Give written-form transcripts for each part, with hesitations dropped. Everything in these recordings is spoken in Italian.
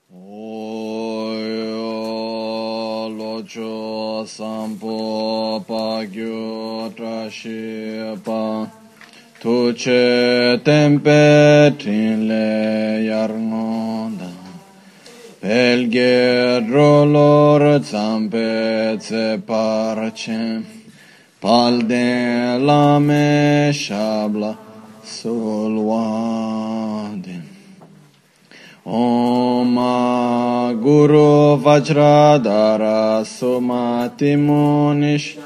Oyo locho sampo pagyo trashipa tuche tempe trinle yarngonda pelge drolor zampe tse parche palde lame shabla sulwade Om Guru Vajradhara Sumati Munish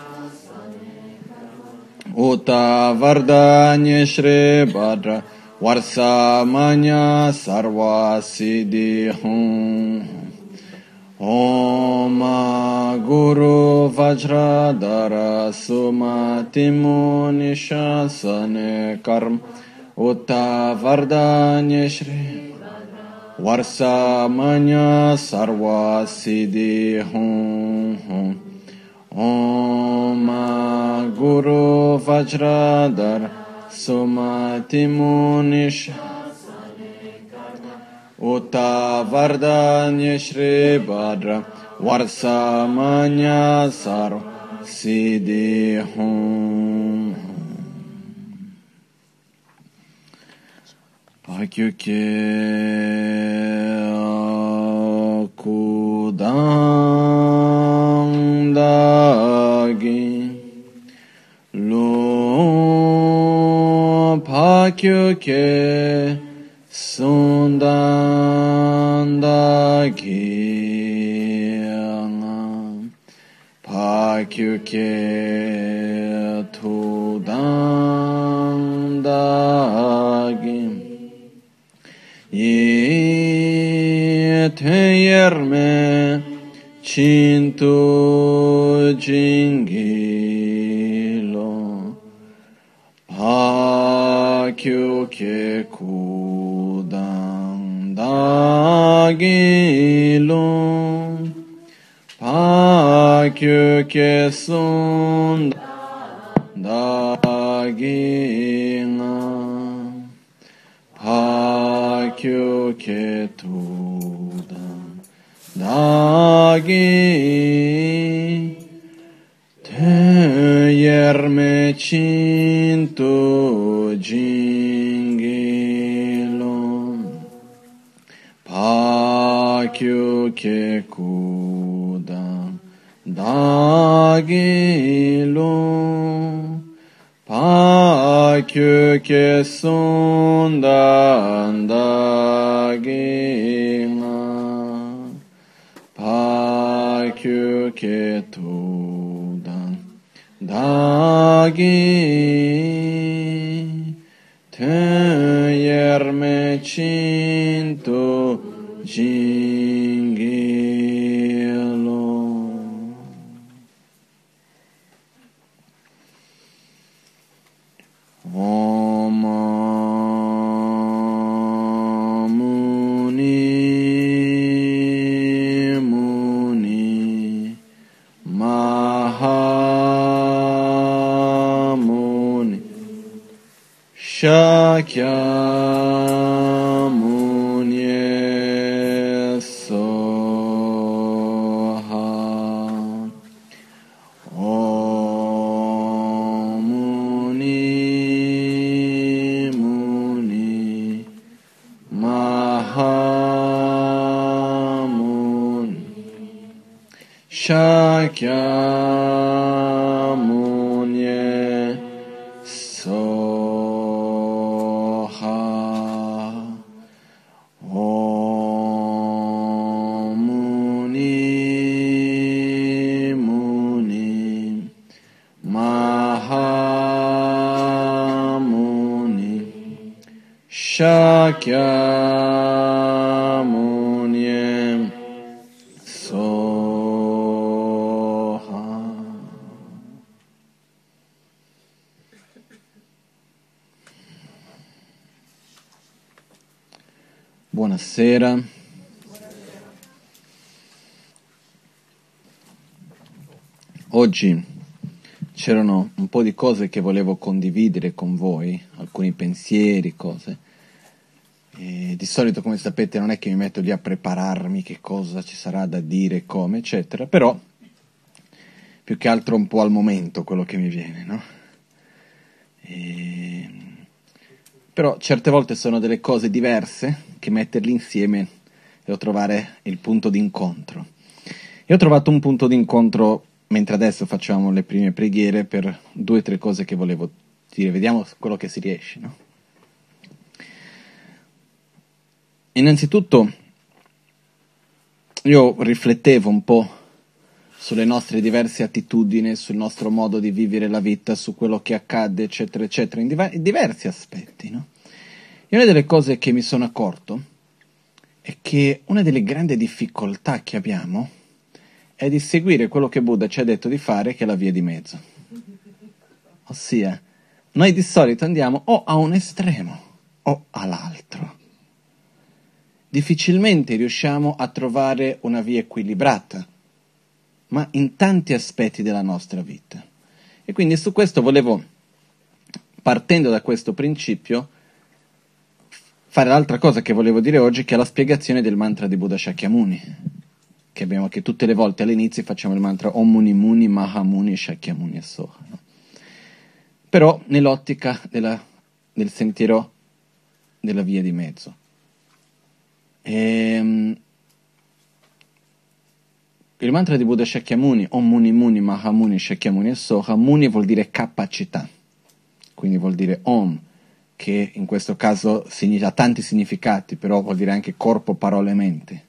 Uta Vardanya Shri Bhadra Varsamanya Sarva Siddhi Om Guru Vajradhara Sumati Munish Sane Karma Uta Vardanya Shri Varsamanya Sarva Siddhi Om Guru Vajradhara Sumati Munish Uta Vardanya Shri Bhadra Varsamanya Sarva Siddhi Pakyuke kudang dagi lo pakyuke sundan dagi pakyuke tudang dagi Teyerme cintu jingilo Pakyuke kudang dagilo Pakyuke sunda dagina Pakyuke tudang dagi Teyerme cintu jingilo Pakyuke kudang dagilo Pakyuke sundan dagina Pakyuke tudang dagi Teyerme cintu jingilo Om Muni Muni Mahamuni Shakyamuni Soha Om Muni Muni Mahamuni Shakyamuni Soha Om Muni Muni Mahamuni Shakyamuni Soha. Buonasera. Oggi c'erano un po' di cose che volevo condividere con voi, alcuni pensieri, cose. E di solito, come sapete, non è che mi metto lì a prepararmi che cosa ci sarà da dire, come, eccetera, però più che altro un po' al momento quello che mi viene, no? Però certe volte sono delle cose diverse che metterli insieme devo trovare il punto d'incontro. Io ho trovato un punto d'incontro mentre adesso facciamo le prime preghiere per 2 o 3 cose che volevo dire. Vediamo quello che si riesce, no? Innanzitutto io riflettevo un po' sulle nostre diverse attitudini, sul nostro modo di vivere la vita, su quello che accade, eccetera, eccetera, in diversi aspetti, no? E una delle cose che mi sono accorto è che una delle grandi difficoltà che abbiamo è di seguire quello che Buddha ci ha detto di fare, che è la via di mezzo. Ossia, noi di solito andiamo o a un estremo o all'altro. Difficilmente riusciamo a trovare una via equilibrata, ma in tanti aspetti della nostra vita. E quindi su questo volevo, partendo da questo principio, fare l'altra cosa che volevo dire oggi, che è la spiegazione del mantra di Buddha Shakyamuni, che tutte le volte all'inizio facciamo il mantra Om Muni Muni Mahamuni Shakyamuni e Soha, no? Però nell'ottica del sentiero della via di mezzo. Il mantra di Buddha Shakyamuni, Om Muni Muni Mahamuni Shakyamuni e Soha, Muni vuol dire capacità, quindi vuol dire Om, che in questo caso ha tanti significati, però vuol dire anche corpo, parola e mente.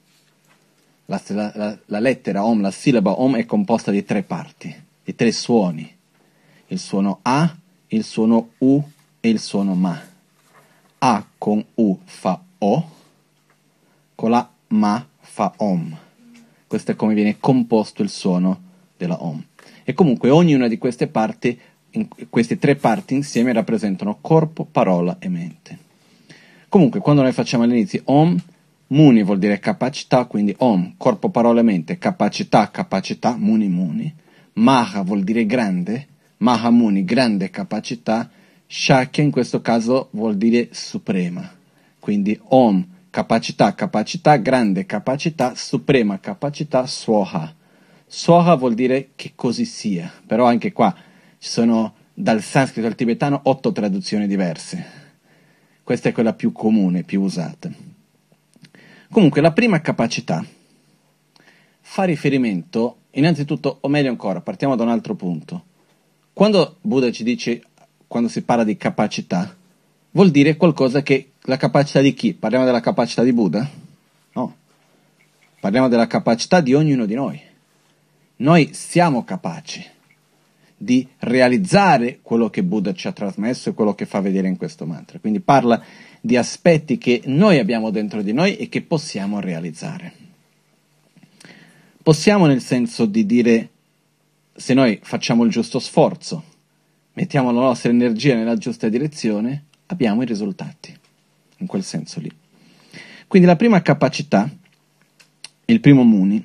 La lettera Om, la sillaba Om è composta di 3 parti, di 3 suoni. Il suono A, il suono U e il suono Ma. A con U fa O, con la Ma fa Om. Questo è come viene composto il suono della Om. E comunque ognuna di queste parti, queste 3 parti insieme rappresentano corpo, parola e mente. Comunque quando noi facciamo all'inizio Om, Muni vuol dire capacità, quindi Om, corpo, parola e mente, capacità, Muni Muni. Maha vuol dire grande, Mahamuni, grande capacità. Shakya in questo caso vuol dire suprema, quindi Om, capacità, grande capacità, suprema capacità, Swaha. Swaha vuol dire che così sia, però anche qua ci sono dal sanscrito al tibetano 8 traduzioni diverse. Questa è quella più comune, più usata. Comunque la prima capacità fa riferimento, innanzitutto, o meglio ancora, partiamo da un altro punto. Quando Buddha ci dice, quando si parla di capacità, vuol dire qualcosa che, la capacità di chi? Parliamo della capacità di Buddha? No. Parliamo della capacità di ognuno di noi. Noi siamo capaci di realizzare quello che Buddha ci ha trasmesso e quello che fa vedere in questo mantra. Quindi parla di aspetti che noi abbiamo dentro di noi e che possiamo realizzare. Possiamo nel senso di dire, se noi facciamo il giusto sforzo, mettiamo la nostra energia nella giusta direzione, abbiamo i risultati, in quel senso lì. Quindi la prima capacità, il primo Muni,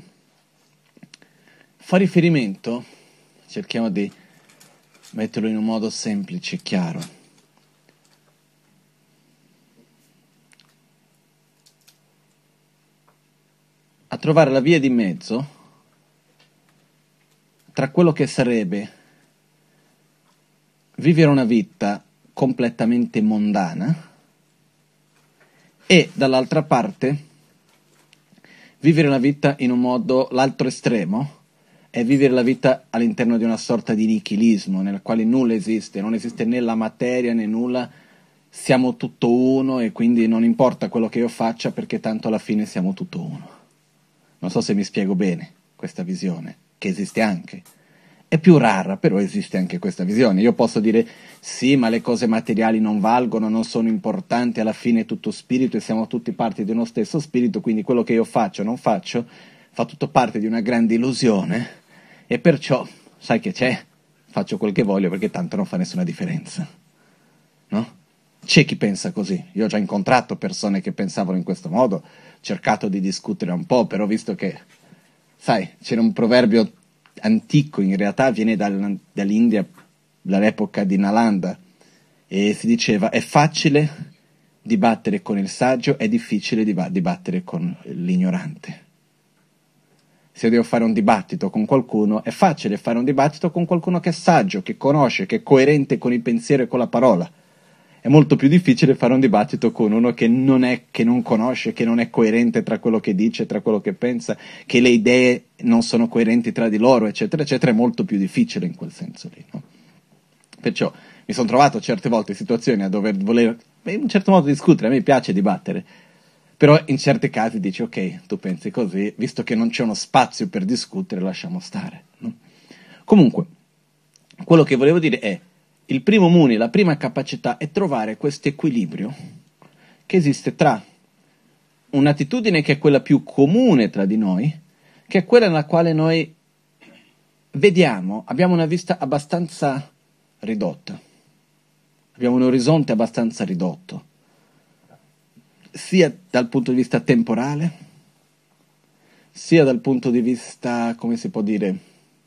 fa riferimento, cerchiamo di metterlo in un modo semplice e chiaro, a trovare la via di mezzo tra quello che sarebbe vivere una vita completamente mondana e dall'altra parte vivere una vita in un modo, l'altro estremo è vivere la vita all'interno di una sorta di nichilismo nel quale nulla esiste, non esiste né la materia né nulla, siamo tutto uno e quindi non importa quello che io faccia perché tanto alla fine siamo tutto uno. Non so se mi spiego bene questa visione, che esiste anche. È più rara, però esiste anche questa visione. Io posso dire, sì, ma le cose materiali non valgono, non sono importanti, alla fine è tutto spirito e siamo tutti parte di uno stesso spirito, quindi quello che io faccio o non faccio fa tutto parte di una grande illusione e perciò, sai che c'è? Faccio quel che voglio perché tanto non fa nessuna differenza. No? C'è chi pensa così. Io ho già incontrato persone che pensavano in questo modo, ho cercato di discutere un po', però visto che, sai, c'era un proverbio antico, in realtà viene dall'India, dall'epoca di Nalanda, e si diceva, è facile dibattere con il saggio, è difficile dibattere con l'ignorante. Se io devo fare un dibattito con qualcuno, è facile fare un dibattito con qualcuno che è saggio, che conosce, che è coerente con il pensiero e con la parola. È molto più difficile fare un dibattito con uno che non conosce, che non è coerente tra quello che dice, tra quello che pensa, che le idee non sono coerenti tra di loro, eccetera, eccetera. È molto più difficile in quel senso lì, no? Perciò mi sono trovato certe volte in situazioni a dover voler in un certo modo discutere, a me piace dibattere, però in certi casi dici ok, tu pensi così, visto che non c'è uno spazio per discutere, lasciamo stare, no? Comunque, quello che volevo dire è, il primo muni, la prima capacità è trovare questo equilibrio che esiste tra un'attitudine che è quella più comune tra di noi, che è quella nella quale noi vediamo, abbiamo una vista abbastanza ridotta, abbiamo un orizzonte abbastanza ridotto, sia dal punto di vista temporale, sia dal punto di vista, come si può dire,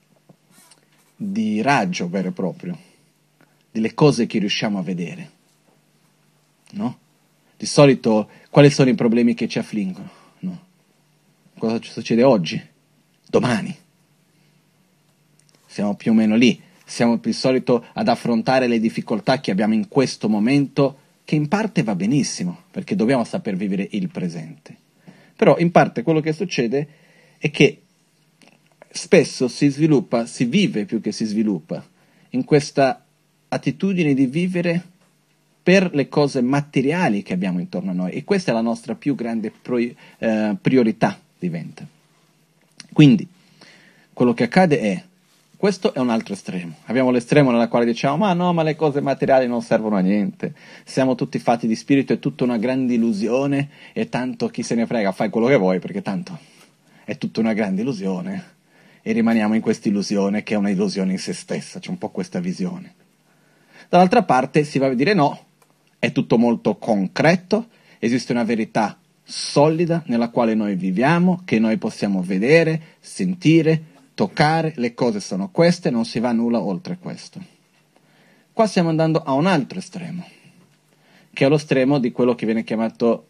di raggio vero e proprio, delle cose che riusciamo a vedere, no? Di solito, quali sono i problemi che ci affliggono? No? Cosa ci succede oggi? Domani. Siamo più o meno lì. Siamo di solito ad affrontare le difficoltà che abbiamo in questo momento, che in parte va benissimo, perché dobbiamo saper vivere il presente. Però in parte quello che succede è che spesso si vive più che si sviluppa, in questa attitudine di vivere per le cose materiali che abbiamo intorno a noi, e questa è la nostra più grande priorità, diventa. Quindi, quello che accade è, questo è un altro estremo. Abbiamo l'estremo nella quale diciamo, ma no, ma le cose materiali non servono a niente, siamo tutti fatti di spirito, è tutta una grande illusione, e tanto chi se ne frega, fai quello che vuoi, perché tanto è tutta una grande illusione, e rimaniamo in questa illusione che è una illusione in se stessa, c'è un po' questa visione. Dall'altra parte si va a dire no, è tutto molto concreto, esiste una verità solida nella quale noi viviamo, che noi possiamo vedere, sentire, toccare, le cose sono queste, non si va nulla oltre questo. Qua stiamo andando a un altro estremo, che è lo estremo di quello che viene chiamato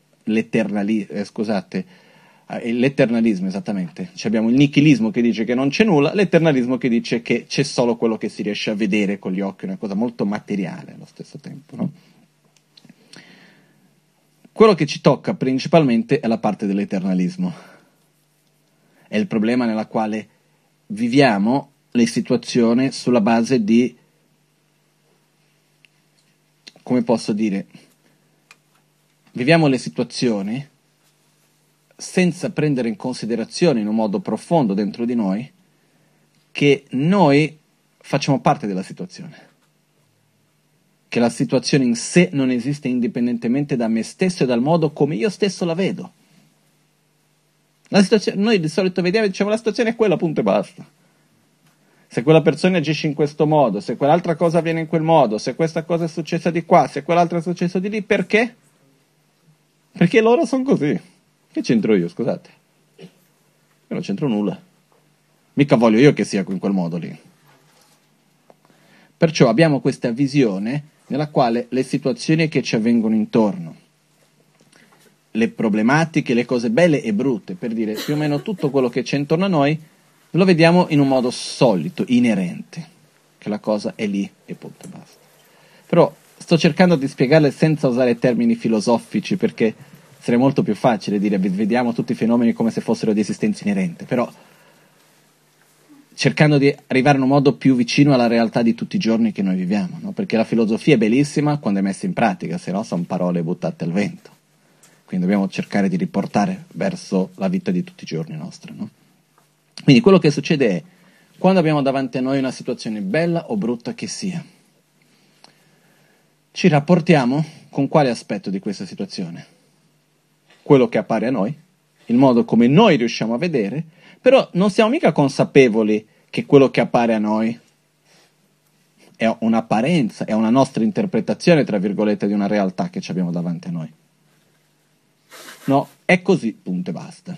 l'eternalismo, esattamente. Abbiamo il nichilismo che dice che non c'è nulla, l'eternalismo che dice che c'è solo quello che si riesce a vedere con gli occhi, una cosa molto materiale allo stesso tempo, no? Quello che ci tocca principalmente è la parte dell'eternalismo. È il problema nella quale viviamo le situazioni sulla base di, come posso dire, viviamo le situazioni senza prendere in considerazione in un modo profondo dentro di noi che noi facciamo parte della situazione, che la situazione in sé non esiste indipendentemente da me stesso e dal modo come io stesso la vedo. La situazione, noi di solito vediamo e diciamo la situazione è quella, punto e basta. Se quella persona agisce in questo modo, se quell'altra cosa avviene in quel modo, se questa cosa è successa di qua, se quell'altra è successa di lì, perché? Perché loro sono così. Che c'entro io, scusate? Io non c'entro nulla. Mica voglio io che sia in quel modo lì. Perciò abbiamo questa visione nella quale le situazioni che ci avvengono intorno, le problematiche, le cose belle e brutte, per dire più o meno tutto quello che c'è intorno a noi, lo vediamo in un modo solito, inerente, che la cosa è lì e punto e basta. Però sto cercando di spiegarle senza usare termini filosofici, perché sarebbe molto più facile dire vediamo tutti i fenomeni come se fossero di esistenza inerente, però cercando di arrivare in un modo più vicino alla realtà di tutti i giorni che noi viviamo, no? Perché la filosofia è bellissima quando è messa in pratica, se no sono parole buttate al vento. Quindi dobbiamo cercare di riportare verso la vita di tutti i giorni nostra, no? Quindi quello che succede è, quando abbiamo davanti a noi una situazione bella o brutta che sia, ci rapportiamo con quale aspetto di questa situazione? Quello che appare a noi, il modo come noi riusciamo a vedere, però non siamo mica consapevoli che quello che appare a noi è un'apparenza, è una nostra interpretazione, tra virgolette, di una realtà che ci abbiamo davanti a noi. No, è così, punto e basta.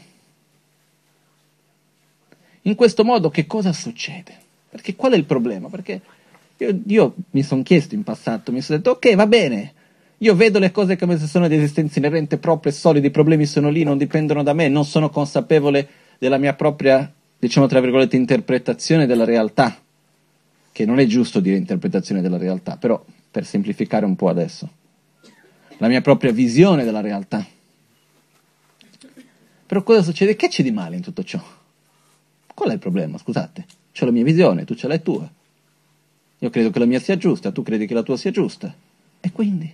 In questo modo che cosa succede? Perché qual è il problema? Perché io mi sono chiesto in passato, mi sono detto, ok, va bene, Io vedo le cose come se sono di esistenza inerente propria e solide, i problemi sono lì, non dipendono da me, non sono consapevole della mia propria, diciamo tra virgolette, interpretazione della realtà, che non è giusto dire interpretazione della realtà, però per semplificare un po' adesso, la mia propria visione della realtà. Però cosa succede? Che c'è di male in tutto ciò? Qual è il problema? Scusate, c'ho la mia visione, tu ce l'hai tua. Io credo che la mia sia giusta, tu credi che la tua sia giusta. E quindi?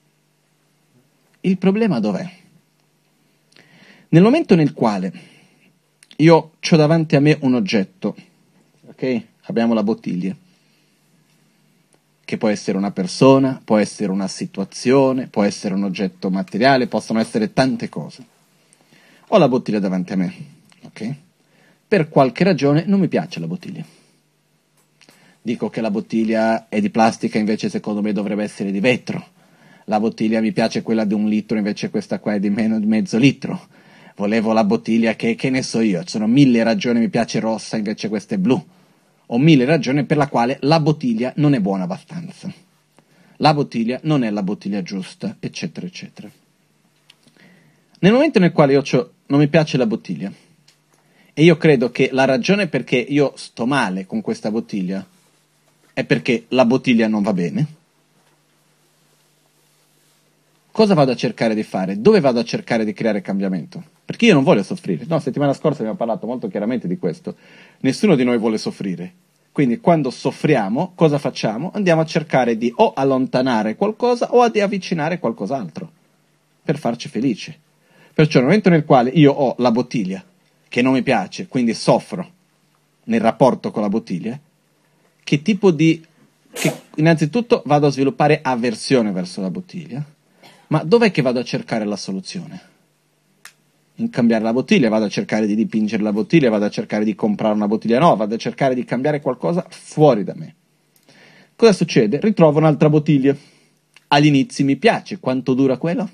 Il problema dov'è? Nel momento nel quale io ho davanti a me un oggetto, ok? Abbiamo la bottiglia, che può essere una persona, può essere una situazione, può essere un oggetto materiale, possono essere tante cose. Ho la bottiglia davanti a me, ok? Per qualche ragione non mi piace la bottiglia. Dico che la bottiglia è di plastica, invece secondo me dovrebbe essere di vetro. La bottiglia mi piace quella di 1 litro, invece questa qua è di meno di mezzo litro. Volevo la bottiglia che ne so io, ci sono 1000 ragioni, mi piace rossa, invece questa è blu. Ho 1000 ragioni per la quale la bottiglia non è buona abbastanza. La bottiglia non è la bottiglia giusta, eccetera, eccetera. Nel momento nel quale non mi piace la bottiglia, e io credo che la ragione perché io sto male con questa bottiglia è perché la bottiglia non va bene, cosa vado a cercare di fare? Dove vado a cercare di creare cambiamento? Perché io non voglio soffrire. No, settimana scorsa abbiamo parlato molto chiaramente di questo. Nessuno di noi vuole soffrire. Quindi quando soffriamo, cosa facciamo? Andiamo a cercare di o allontanare qualcosa o di avvicinare qualcos'altro per farci felici. Perciò nel momento nel quale io ho la bottiglia che non mi piace, quindi soffro nel rapporto con la bottiglia, che innanzitutto vado a sviluppare avversione verso la bottiglia, ma dov'è che vado a cercare la soluzione? In cambiare la bottiglia, vado a cercare di dipingere la bottiglia, vado a cercare di comprare una bottiglia nuova, vado a cercare di cambiare qualcosa fuori da me. Cosa succede? Ritrovo un'altra bottiglia. Agli inizi mi piace, quanto dura quella?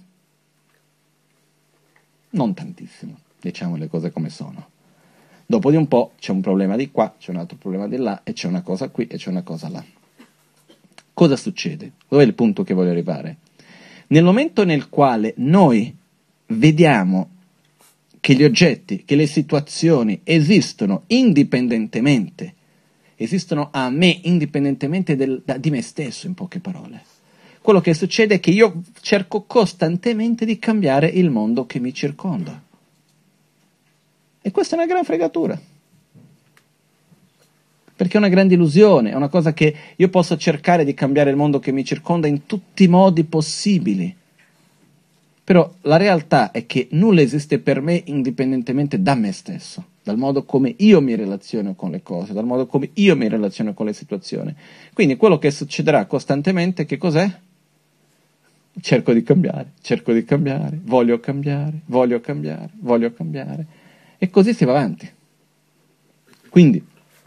Non tantissimo, diciamo le cose come sono. Dopo di un po' c'è un problema di qua, c'è un altro problema di là, e c'è una cosa qui e c'è una cosa là. Cosa succede? Dov'è il punto che voglio arrivare? Nel momento nel quale noi vediamo che gli oggetti, che le situazioni esistono indipendentemente, esistono a me indipendentemente di me stesso, in poche parole. Quello che succede è che io cerco costantemente di cambiare il mondo che mi circonda. E questa è una gran fregatura. Perché è una grande illusione, è una cosa che io posso cercare di cambiare il mondo che mi circonda in tutti i modi possibili. Però la realtà è che nulla esiste per me indipendentemente da me stesso, dal modo come io mi relaziono con le cose, dal modo come io mi relaziono con le situazioni. Quindi quello che succederà costantemente, che cos'è? Cerco di cambiare, voglio cambiare, voglio cambiare, voglio cambiare. E così si va avanti. Quindi,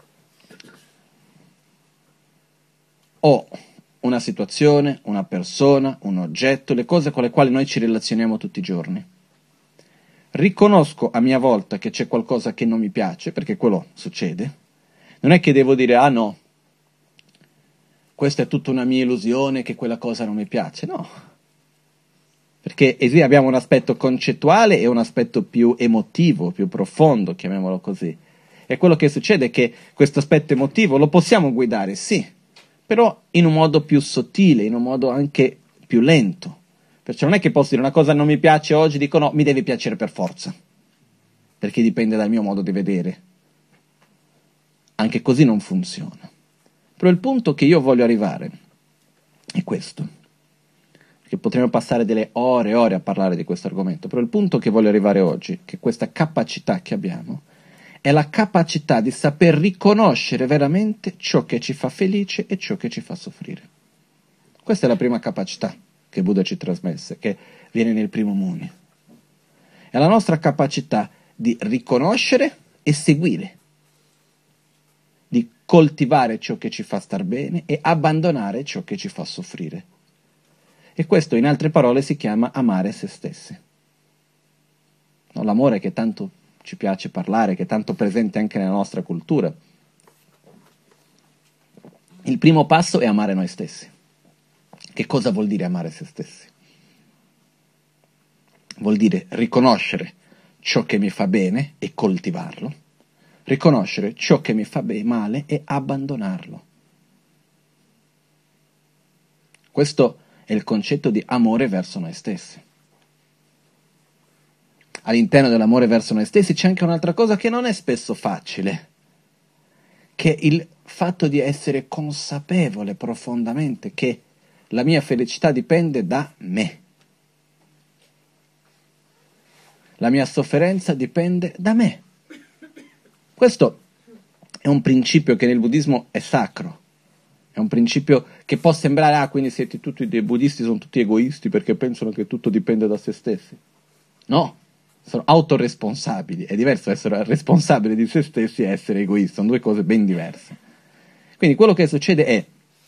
ho una situazione, una persona, un oggetto, le cose con le quali noi ci relazioniamo tutti i giorni. Riconosco a mia volta che c'è qualcosa che non mi piace, perché quello succede. Non è che devo dire, ah no, questa è tutta una mia illusione, che quella cosa non mi piace, no. Perché abbiamo un aspetto concettuale e un aspetto più emotivo, più profondo, chiamiamolo così. E quello che succede è che questo aspetto emotivo lo possiamo guidare, sì, però in un modo più sottile, in un modo anche più lento. Perciò non è che posso dire una cosa non mi piace oggi, dico no, mi deve piacere per forza, perché dipende dal mio modo di vedere. Anche così non funziona. Però il punto che io voglio arrivare è questo, perché potremmo passare delle ore e ore a parlare di questo argomento, però il punto che voglio arrivare oggi, che questa capacità che abbiamo, è la capacità di saper riconoscere veramente ciò che ci fa felice e ciò che ci fa soffrire. Questa è la prima capacità che Buddha ci trasmesse, che viene nel primo Muni. È la nostra capacità di riconoscere e seguire, di coltivare ciò che ci fa star bene e abbandonare ciò che ci fa soffrire. E questo, in altre parole, si chiama amare se stessi. No, l'amore che tanto ci piace parlare, che è tanto presente anche nella nostra cultura. Il primo passo è amare noi stessi. Che cosa vuol dire amare se stessi? vuol dire riconoscere ciò che mi fa bene e coltivarlo, riconoscere ciò che mi fa male e abbandonarlo. Questo è il concetto di amore verso noi stessi. All'interno dell'amore verso noi stessi c'è anche un'altra cosa che non è spesso facile, che è il fatto di essere consapevole profondamente che la mia felicità dipende da me. La mia sofferenza dipende da me. Questo è un principio che nel buddismo è sacro. È un principio che può sembrare, quindi siete tutti dei buddisti, sono tutti egoisti perché pensano che tutto dipende da se stessi. No, sono autoresponsabili. È diverso essere responsabili di se stessi e essere egoisti, sono due cose ben diverse. Quindi quello che succede è,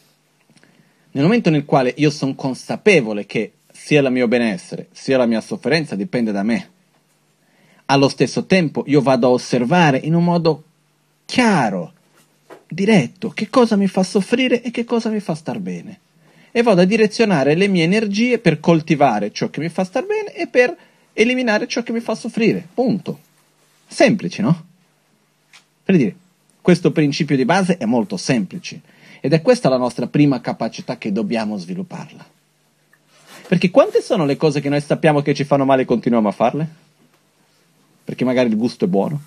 nel momento nel quale io sono consapevole che sia il mio benessere, sia la mia sofferenza dipende da me, allo stesso tempo io vado a osservare in un modo chiaro, diretto, che cosa mi fa soffrire e che cosa mi fa star bene. E vado a direzionare le mie energie per coltivare ciò che mi fa star bene e per eliminare ciò che mi fa soffrire. Punto. Semplice, no? Per dire, questo principio di base è molto semplice. Ed è questa la nostra prima capacità che dobbiamo svilupparla. Perché quante sono le cose che noi sappiamo che ci fanno male e continuiamo a farle? Perché magari il gusto è buono?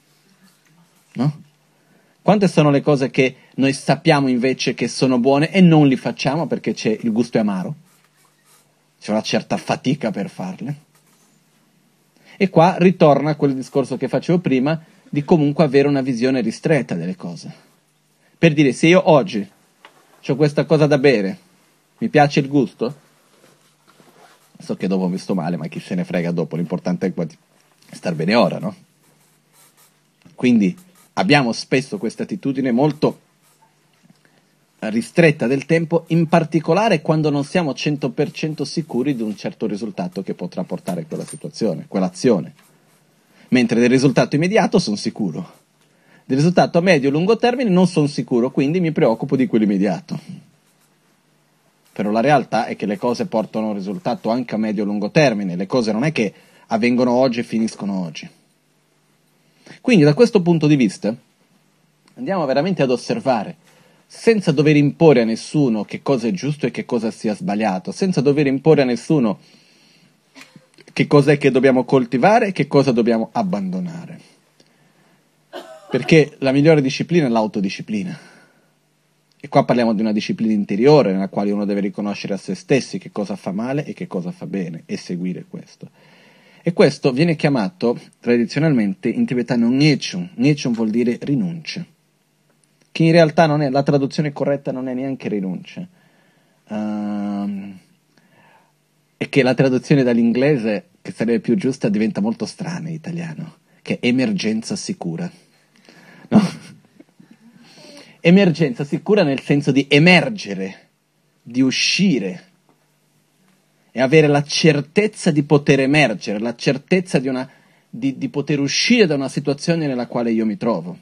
No? Quante sono le cose che noi sappiamo invece che sono buone e non li facciamo perché il gusto è amaro? C'è una certa fatica per farle. E qua ritorna quel discorso che facevo prima di comunque avere una visione ristretta delle cose. Per dire, se io oggi ho questa cosa da bere, mi piace il gusto? So che dopo mi sto male, ma chi se ne frega dopo, l'importante è star bene ora, no? Quindi abbiamo spesso questa attitudine molto ristretta del tempo, in particolare quando non siamo 100% sicuri di un certo risultato che potrà portare quella situazione, quell'azione. Mentre del risultato immediato sono sicuro. Del risultato a medio e lungo termine non sono sicuro, quindi mi preoccupo di quello immediato. Però la realtà è che le cose portano un risultato anche a medio e lungo termine, le cose non è che avvengono oggi e finiscono oggi. Quindi da questo punto di vista andiamo veramente ad osservare, senza dover imporre a nessuno che cosa è giusto e che cosa sia sbagliato, senza dover imporre a nessuno che cos'è che dobbiamo coltivare e che cosa dobbiamo abbandonare. Perché la migliore disciplina è l'autodisciplina. E qua parliamo di una disciplina interiore nella quale uno deve riconoscere a se stessi che cosa fa male e che cosa fa bene e seguire questo. E questo viene chiamato tradizionalmente in tibetano Ngechung. Ngechung vuol dire rinuncia, che in realtà non è, la traduzione corretta non è neanche rinuncia, e che la traduzione dall'inglese, che sarebbe più giusta, diventa molto strana in italiano, che è emergenza sicura. No? Emergenza sicura nel senso di emergere, di uscire, e avere la certezza di poter emergere, la certezza di poter uscire da una situazione nella quale io mi trovo.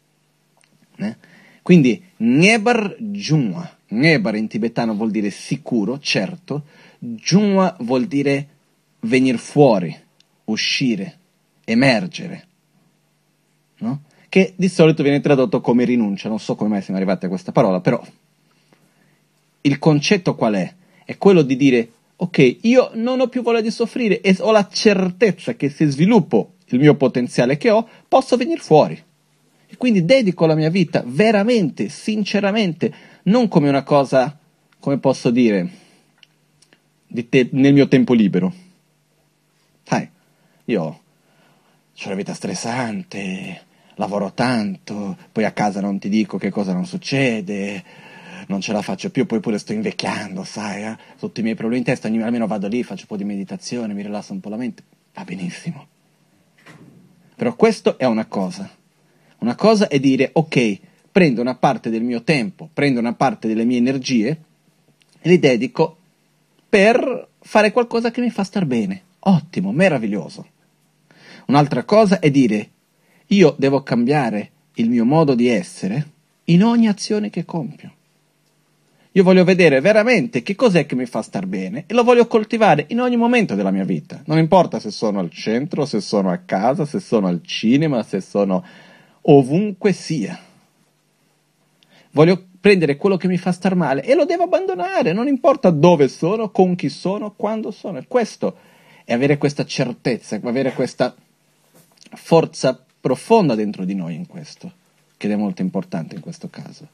Quindi, Ngebar Junwa. Ngebar in tibetano vuol dire sicuro, certo. Junwa vuol dire venire fuori, uscire, emergere. No? Che di solito viene tradotto come rinuncia. Non so come mai siamo arrivati a questa parola, però il concetto qual è? È quello di dire, ok, io non ho più voglia di soffrire e ho la certezza che se sviluppo il mio potenziale che ho, posso venire fuori. E quindi dedico la mia vita veramente, sinceramente, non come una cosa, come posso dire, nel mio tempo libero. Sai, io ho una vita stressante, lavoro tanto, poi a casa non ti dico che cosa non succede, non ce la faccio più, poi pure sto invecchiando, sai, tutti i miei problemi in testa, almeno vado lì, faccio un po' di meditazione, mi rilasso un po' la mente, va benissimo. Però questo è una cosa. Una cosa è dire, ok, prendo una parte del mio tempo, prendo una parte delle mie energie e li dedico per fare qualcosa che mi fa star bene. Ottimo, meraviglioso. Un'altra cosa è dire, io devo cambiare il mio modo di essere in ogni azione che compio. Io voglio vedere veramente che cos'è che mi fa star bene e lo voglio coltivare in ogni momento della mia vita. Non importa se sono al centro, se sono a casa, se sono al cinema, se sono ovunque sia. Voglio prendere quello che mi fa star male e lo devo abbandonare, non importa dove sono, con chi sono, quando sono. E questo è avere questa certezza, avere questa forza profonda dentro di noi in questo, che è molto importante in questo caso.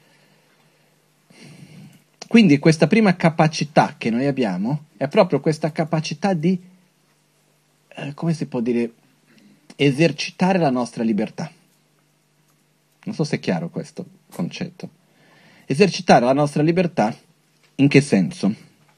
Quindi questa prima capacità che noi abbiamo è proprio questa capacità di, come si può dire, esercitare la nostra libertà. Non so se è chiaro questo concetto. Esercitare la nostra libertà in che senso?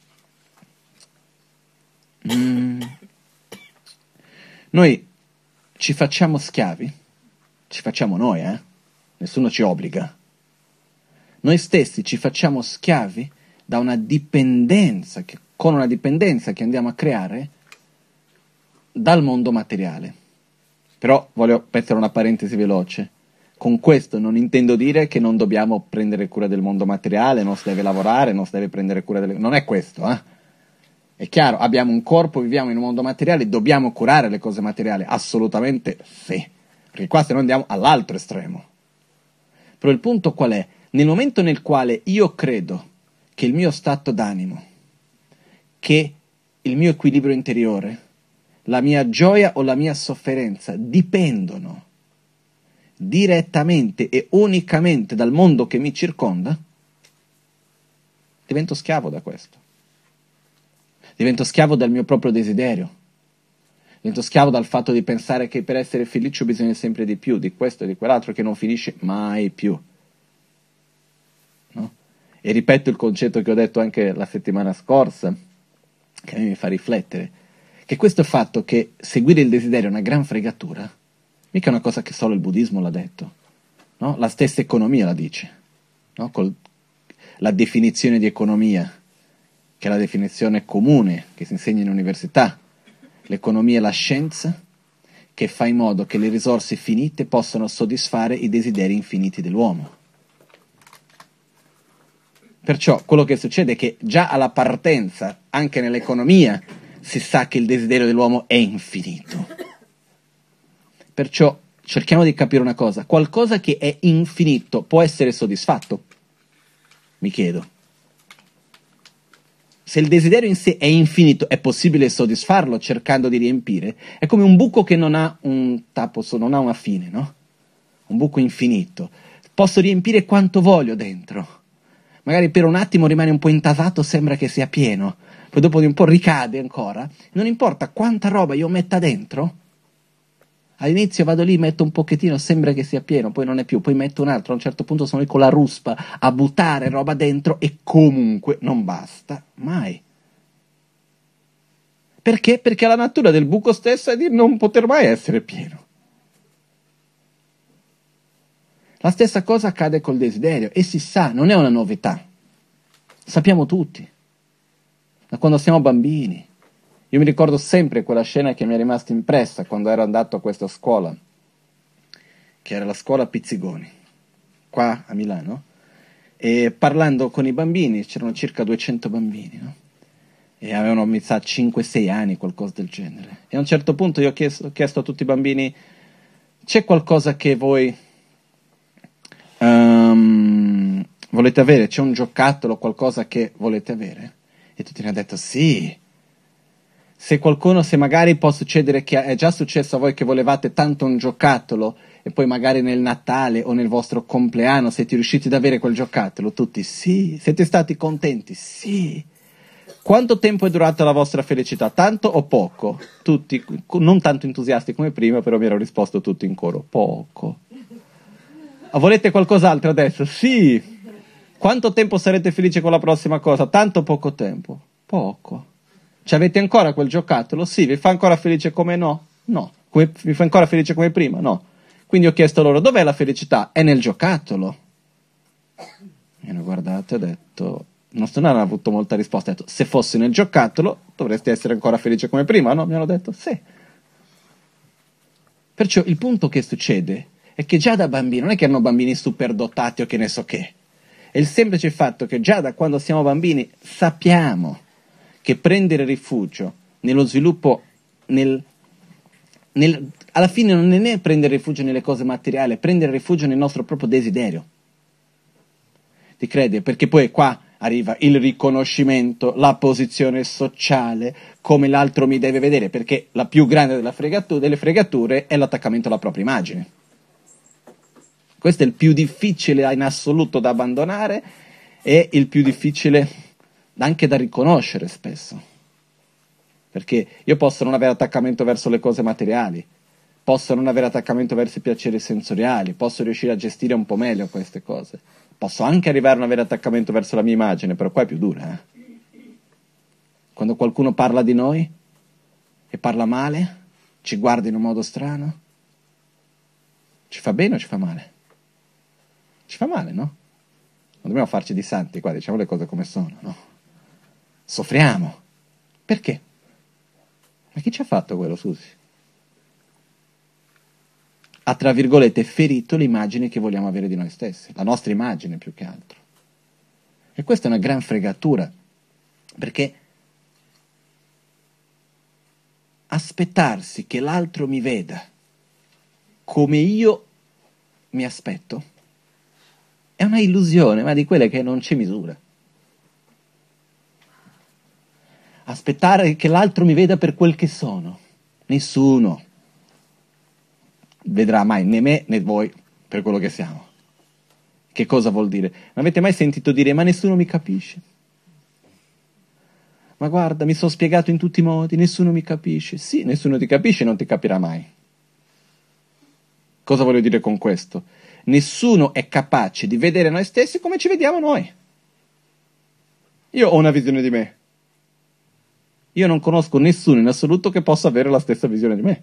Noi ci facciamo schiavi, ci facciamo noi, nessuno ci obbliga. Noi stessi ci facciamo schiavi da una dipendenza, con una dipendenza che andiamo a creare dal mondo materiale. Però voglio mettere una parentesi veloce. Con questo non intendo dire che non dobbiamo prendere cura del mondo materiale, non si deve lavorare, non si deve prendere cura delle... Non è questo, È chiaro, abbiamo un corpo, viviamo in un mondo materiale, dobbiamo curare le cose materiali, assolutamente sì. Perché qua se no andiamo all'altro estremo. Però il punto qual è? Nel momento nel quale io credo che il mio stato d'animo, che il mio equilibrio interiore, la mia gioia o la mia sofferenza dipendono direttamente e unicamente dal mondo che mi circonda, divento schiavo da questo. Divento schiavo del mio proprio desiderio. Divento schiavo dal fatto di pensare che per essere felice ho bisogno sempre di più, di questo e di quell'altro, che non finisce mai più. No? E ripeto il concetto che ho detto anche la settimana scorsa, che a me mi fa riflettere, che questo fatto che seguire il desiderio è una gran fregatura, mica è una cosa che solo il buddismo l'ha detto, no? La stessa economia la dice, no? La definizione di economia, che è la definizione comune che si insegna in università. L'economia è la scienza che fa in modo che le risorse finite possano soddisfare i desideri infiniti dell'uomo. Perciò quello che succede è che già alla partenza, anche nell'economia, si sa che il desiderio dell'uomo è infinito. Perciò cerchiamo di capire una cosa: qualcosa che è infinito può essere soddisfatto? Mi chiedo. Se il desiderio in sé è infinito, è possibile soddisfarlo cercando di riempire? È come un buco che non ha un tappo, non ha una fine, no? Un buco infinito. Posso riempire quanto voglio dentro. Magari per un attimo rimane un po' intasato, sembra che sia pieno. Poi dopo di un po' ricade ancora. Non importa quanta roba io metta dentro. All'inizio vado lì, metto un pochettino, sembra che sia pieno, poi non è più, poi metto un altro, a un certo punto sono lì con la ruspa a buttare roba dentro e comunque non basta mai. Perché? Perché la natura del buco stesso è di non poter mai essere pieno. La stessa cosa accade col desiderio e si sa, non è una novità. Sappiamo tutti, da quando siamo bambini. Io mi ricordo sempre quella scena che mi è rimasta impressa quando ero andato a questa scuola, che era la scuola Pizzigoni, qua a Milano, e parlando con i bambini, c'erano circa 200 bambini, no? E avevano, mi sa, 5-6 anni, qualcosa del genere. E a un certo punto io ho chiesto a tutti i bambini: c'è qualcosa che voi volete avere? C'è un giocattolo, qualcosa che volete avere? E tutti mi hanno detto sì. Se magari può succedere che è già successo a voi che volevate tanto un giocattolo e poi magari nel Natale o nel vostro compleanno siete riusciti ad avere quel giocattolo, tutti sì. Siete stati contenti? Sì. Quanto tempo è durata la vostra felicità? Tanto o poco? Tutti, non tanto entusiasti come prima, però mi ero risposto tutti in coro: poco. Volete qualcos'altro adesso? Sì. Quanto tempo sarete felici con la prossima cosa? Tanto o poco tempo? Poco. Ci avete ancora quel giocattolo? Sì. Vi fa ancora felice come no? No. Vi fa ancora felice come prima? No. Quindi ho chiesto loro: dov'è la felicità? È nel giocattolo. Mi hanno guardato e ho detto, non hanno avuto molta risposta. Ho detto: se fosse nel giocattolo dovreste essere ancora felice come prima, no? Mi hanno detto sì. Perciò il punto che succede è che già da bambini, non è che erano bambini superdotati o che ne so che, È il semplice fatto che già da quando siamo bambini sappiamo che prendere rifugio nello sviluppo, alla fine non è prendere rifugio nelle cose materiali, è prendere rifugio nel nostro proprio desiderio. Ti credi? Perché poi qua arriva il riconoscimento, la posizione sociale, come l'altro mi deve vedere, perché la più grande delle fregature è l'attaccamento alla propria immagine. Questo è il più difficile in assoluto da abbandonare e il più difficile anche da riconoscere spesso. Perché io posso non avere attaccamento verso le cose materiali, posso non avere attaccamento verso i piaceri sensoriali, posso riuscire a gestire un po' meglio queste cose. Posso anche arrivare a non avere attaccamento verso la mia immagine, però qua è più dura. Quando qualcuno parla di noi e parla male, ci guarda in un modo strano, ci fa bene o ci fa male? Ci fa male, no? Non dobbiamo farci di santi, qua diciamo le cose come sono, no? Soffriamo. Perché? Ma chi ci ha fatto quello, Susi? Ha, tra virgolette, ferito l'immagine che vogliamo avere di noi stessi, la nostra immagine più che altro. E questa è una gran fregatura, perché aspettarsi che l'altro mi veda come io mi aspetto è una illusione, ma di quelle che non c'è misura. Aspettare che l'altro mi veda per quel che sono. Nessuno vedrà mai né me né voi per quello che siamo. Che cosa vuol dire? Non avete mai sentito dire ma nessuno mi capisce? Ma guarda, mi sono spiegato in tutti i modi, nessuno mi capisce. Sì, nessuno ti capisce e non ti capirà mai. Cosa voglio dire con questo? Nessuno è capace di vedere noi stessi come ci vediamo noi. Io ho una visione di me. Io non conosco nessuno in assoluto che possa avere la stessa visione di me.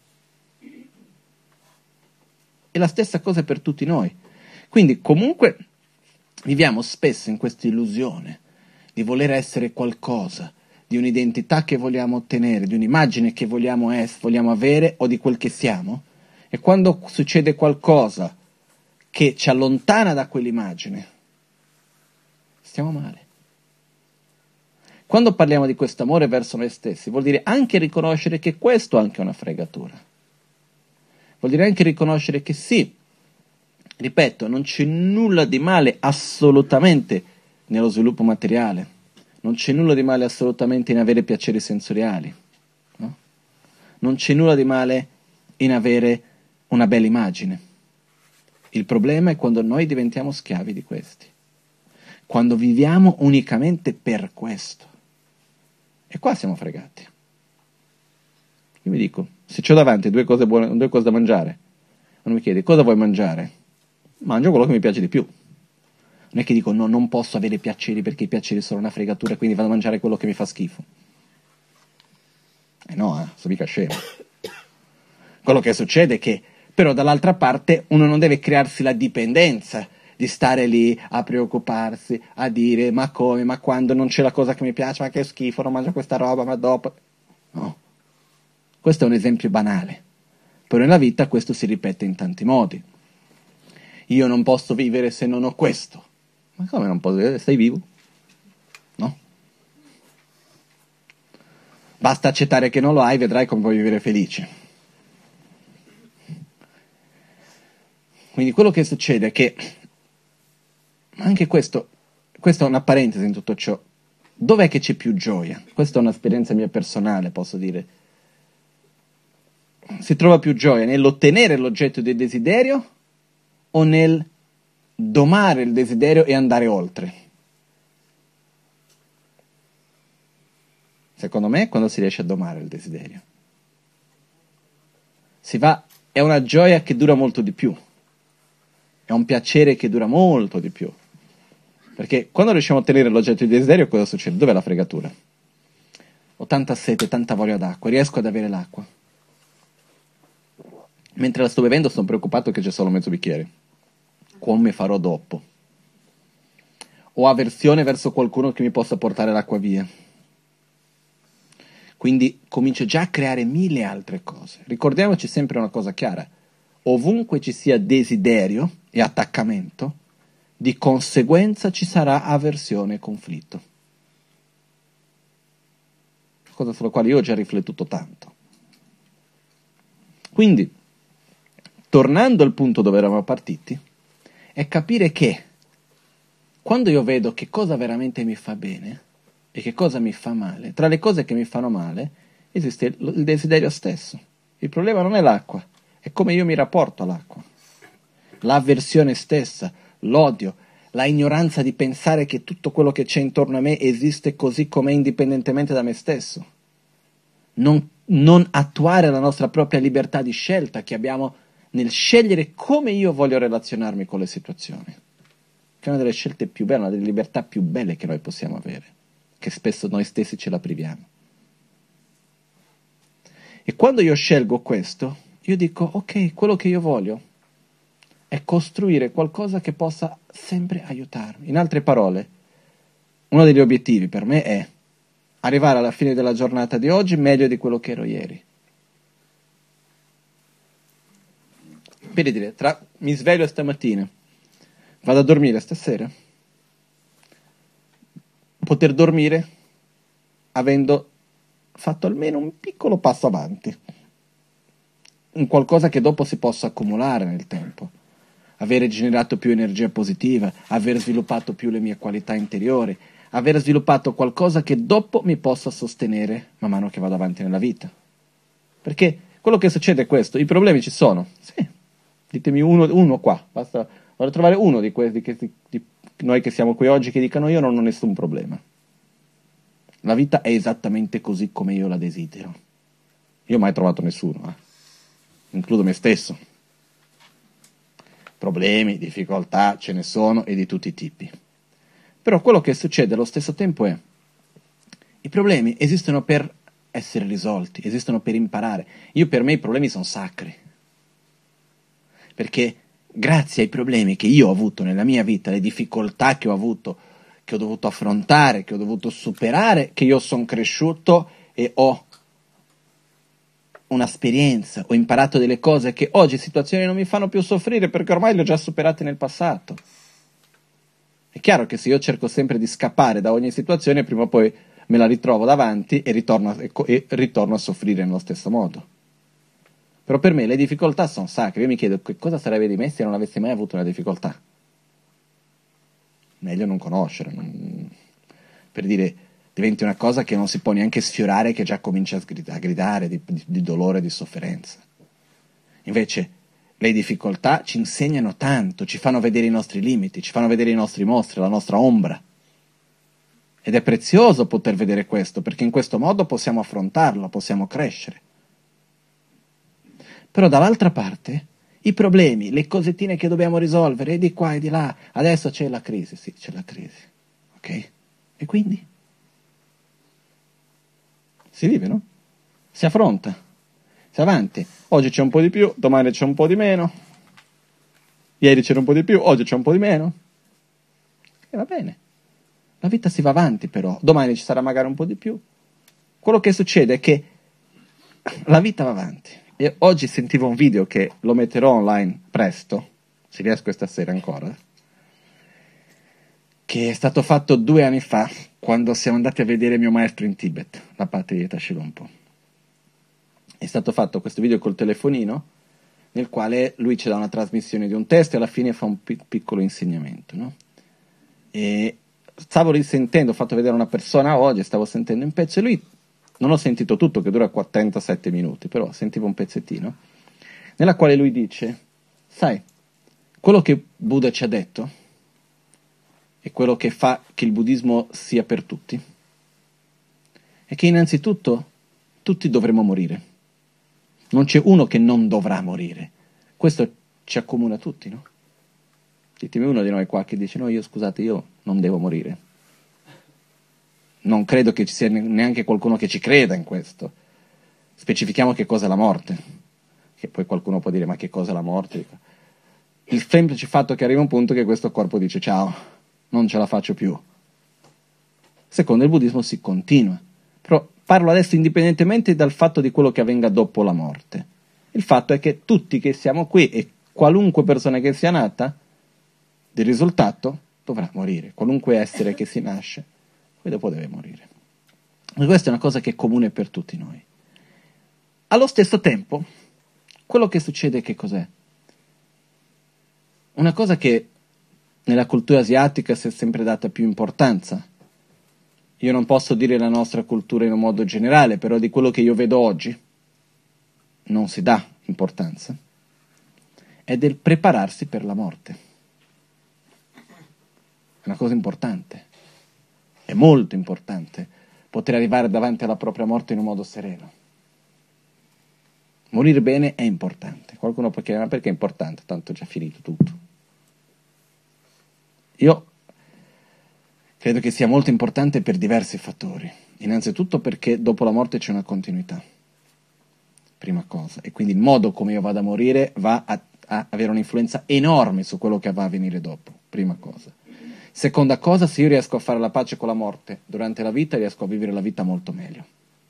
E la stessa cosa è per tutti noi. Quindi comunque viviamo spesso in questa illusione di voler essere qualcosa, di un'identità che vogliamo ottenere, di un'immagine che vogliamo avere o di quel che siamo. E quando succede qualcosa che ci allontana da quell'immagine, stiamo male. Quando parliamo di questo amore verso noi stessi, vuol dire anche riconoscere che questo è anche una fregatura. Vuol dire anche riconoscere che sì, ripeto, non c'è nulla di male assolutamente nello sviluppo materiale, non c'è nulla di male assolutamente in avere piaceri sensoriali, no? Non c'è nulla di male in avere una bella immagine. Il problema è quando noi diventiamo schiavi di questi, quando viviamo unicamente per questo. E qua siamo fregati. Io mi dico, se c'ho davanti due cose buone, due cose da mangiare, uno mi chiede cosa vuoi mangiare? Mangio quello che mi piace di più. Non è che dico no, non posso avere piaceri perché i piaceri sono una fregatura, quindi vado a mangiare quello che mi fa schifo. No, sono mica scemo. Quello che succede è che, però dall'altra parte, uno non deve crearsi la dipendenza di stare lì a preoccuparsi, a dire ma come, ma quando non c'è la cosa che mi piace, ma che schifo, non mangio questa roba, ma dopo. No. Questo è un esempio banale. Però nella vita questo si ripete in tanti modi. Io non posso vivere se non ho questo. Ma come non posso vivere? Stai vivo? No? Basta accettare che non lo hai, vedrai come puoi vivere felice. Quindi quello che succede è che anche questa è una parentesi in tutto ciò. Dov'è che c'è più gioia? Questa è un'esperienza mia personale, posso dire. Si trova più gioia nell'ottenere l'oggetto del desiderio o nel domare il desiderio e andare oltre? Secondo me, quando si riesce a domare il desiderio. È una gioia che dura molto di più. È un piacere che dura molto di più. Perché quando riusciamo a ottenere l'oggetto di desiderio, cosa succede? Dov'è la fregatura? Ho tanta sete, tanta voglia d'acqua, riesco ad avere l'acqua. Mentre la sto bevendo sono preoccupato che c'è solo mezzo bicchiere. Come farò dopo? Ho avversione verso qualcuno che mi possa portare l'acqua via. Quindi comincio già a creare mille altre cose. Ricordiamoci sempre una cosa chiara. Ovunque ci sia desiderio e attaccamento, di conseguenza ci sarà avversione e conflitto. Cosa sulla quale io ho già riflettuto tanto. Quindi, tornando al punto dove eravamo partiti, è capire che quando io vedo che cosa veramente mi fa bene e che cosa mi fa male, tra le cose che mi fanno male esiste il desiderio stesso. Il problema non è l'acqua, è come io mi rapporto all'acqua. L'avversione stessa, l'odio, la ignoranza di pensare che tutto quello che c'è intorno a me esiste così com'è indipendentemente da me stesso. Non attuare la nostra propria libertà di scelta che abbiamo nel scegliere come io voglio relazionarmi con le situazioni. Che è una delle scelte più belle, una delle libertà più belle che noi possiamo avere, che spesso noi stessi ce la priviamo. E quando io scelgo questo, io dico, ok, quello che io voglio è costruire qualcosa che possa sempre aiutarmi. In altre parole, uno degli obiettivi per me è arrivare alla fine della giornata di oggi meglio di quello che ero ieri. Per dire, mi sveglio stamattina, vado a dormire stasera, poter dormire avendo fatto almeno un piccolo passo avanti, un qualcosa che dopo si possa accumulare nel tempo, avere generato più energia positiva, aver sviluppato più le mie qualità interiori, aver sviluppato qualcosa che dopo mi possa sostenere man mano che vado avanti nella vita. Perché quello che succede è questo, i problemi ci sono, sì, ditemi uno qua, basta, vado a trovare uno di questi, di noi che siamo qui oggi che dicano io non ho nessun problema. La vita è esattamente così come io la desidero. Io ho mai trovato nessuno, includo me stesso. Problemi, difficoltà, ce ne sono e di tutti i tipi. Però quello che succede allo stesso tempo è, i problemi esistono per essere risolti, esistono per imparare. Per me i problemi sono sacri. Perché grazie ai problemi che io ho avuto nella mia vita, le difficoltà che ho avuto, che ho dovuto affrontare, che ho dovuto superare, che io sono cresciuto e ho un'esperienza, ho imparato delle cose che oggi situazioni non mi fanno più soffrire perché ormai le ho già superate nel passato. È chiaro che se io cerco sempre di scappare da ogni situazione, prima o poi me la ritrovo davanti e ritorno a soffrire nello stesso modo. Però per me le difficoltà sono sacre. Io mi chiedo che cosa sarebbe di me se non avessi mai avuto una difficoltà. Meglio non conoscere, per dire, diventi una cosa che non si può neanche sfiorare, che già comincia a gridare di dolore e di sofferenza. Invece le difficoltà ci insegnano tanto, ci fanno vedere i nostri limiti, ci fanno vedere i nostri mostri, la nostra ombra. Ed è prezioso poter vedere questo, perché in questo modo possiamo affrontarlo, possiamo crescere. Però dall'altra parte, i problemi, le cosettine che dobbiamo risolvere, e di qua e di là, adesso c'è la crisi, sì, c'è la crisi, ok? E quindi? Si vive, no? Si affronta, si avanti. Oggi c'è un po' di più, domani c'è un po' di meno, ieri c'era un po' di più, oggi c'è un po' di meno. E va bene. La vita si va avanti però, domani ci sarà magari un po' di più. Quello che succede è che la vita va avanti. E oggi sentivo un video che lo metterò online presto, se riesco stasera ancora, che è stato fatto 2 anni fa, quando siamo andati a vedere mio maestro in Tibet, la patria di Tashi Lhompo. È stato fatto questo video col telefonino, nel quale lui ci dà una trasmissione di un testo e alla fine fa un piccolo insegnamento, no? E stavo risentendo, ho fatto vedere una persona oggi, stavo sentendo un pezzo e lui, non ho sentito tutto, che dura 37 minuti, però sentivo un pezzettino, nella quale lui dice, sai, quello che Buddha ci ha detto è quello che fa che il buddismo sia per tutti, è che innanzitutto tutti dovremo morire. Non c'è uno che non dovrà morire. Questo ci accomuna tutti, no? Ditemi uno di noi qua che dice, no, io non devo morire. Non credo che ci sia neanche qualcuno che ci creda in questo. Specifichiamo che cosa è la morte. Che poi qualcuno può dire, ma che cosa è la morte? Il semplice fatto che arriva un punto che questo corpo dice, ciao, non ce la faccio più. Secondo il buddismo si continua. Però parlo adesso indipendentemente dal fatto di quello che avvenga dopo la morte. Il fatto è che tutti che siamo qui e qualunque persona che sia nata, Il risultato dovrà morire. Qualunque essere che si nasce, poi dopo deve morire. E questa è una cosa che è comune per tutti noi. Allo stesso tempo, quello che succede che cos'è? Una cosa che nella cultura asiatica si è sempre data più importanza. Io non posso dire la nostra cultura in un modo generale, però di quello che io vedo oggi non si dà importanza. È del prepararsi per la morte. È una cosa importante. È molto importante poter arrivare davanti alla propria morte in un modo sereno. Morire bene è importante. Qualcuno può chiedere, ma perché è importante? Tanto è già finito tutto. Io credo che sia molto importante per diversi fattori. Innanzitutto perché dopo la morte c'è una continuità. Prima cosa. E quindi il modo come io vado a morire va a avere un'influenza enorme su quello che va a venire dopo. Prima cosa. Seconda cosa, se io riesco a fare la pace con la morte durante la vita, riesco a vivere la vita molto meglio.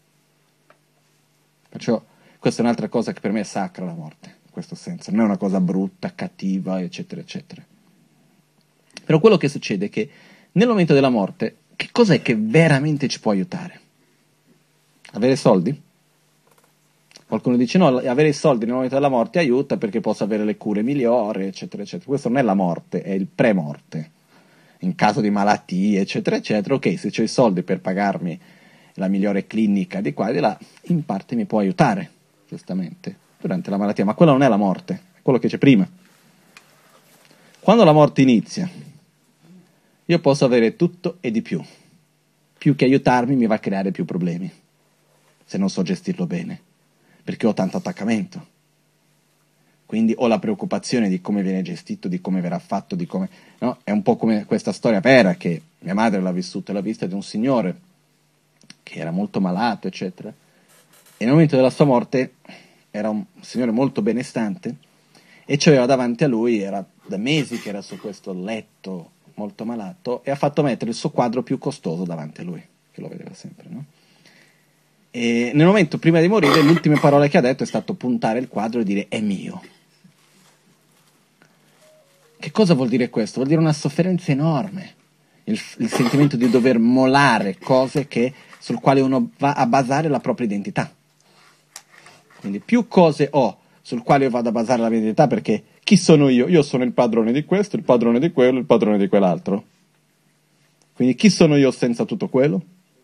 Perciò questa è un'altra cosa che per me è sacra, la morte, in questo senso. Non è una cosa brutta, cattiva, eccetera, eccetera. Però quello che succede è che nel momento della morte, che cos'è che veramente ci può aiutare? Avere soldi? Qualcuno dice no, avere i soldi nel momento della morte aiuta perché posso avere le cure migliori, eccetera, eccetera. Questo non è la morte, è il pre-morte. In caso di malattie, eccetera, eccetera, ok, se ho i soldi per pagarmi la migliore clinica di qua e di là, in parte mi può aiutare, giustamente, durante la malattia. Ma quella non è la morte, è quello che c'è prima. Quando la morte inizia, io posso avere tutto e di più. Più che aiutarmi mi va a creare più problemi, se non so gestirlo bene, perché ho tanto attaccamento. Quindi ho la preoccupazione di come viene gestito, di come verrà fatto, di come... No? È un po' come questa storia vera che mia madre l'ha vissuta, l'ha vista di un signore che era molto malato, eccetera. E nel momento della sua morte era un signore molto benestante e c'aveva davanti a lui, era da mesi che era su questo letto molto malato, e ha fatto mettere il suo quadro più costoso davanti a lui, che lo vedeva sempre, no? E nel momento prima di morire, le ultime parole che ha detto è stato puntare il quadro e dire è mio. Che cosa vuol dire questo? Vuol dire una sofferenza enorme, il sentimento di dover molare cose sul quale uno va a basare la propria identità. Quindi più cose ho sul quale io vado a basare la mia identità, perché chi sono io? Io sono il padrone di questo, il padrone di quello, il padrone di quell'altro. Quindi chi sono io senza tutto quello?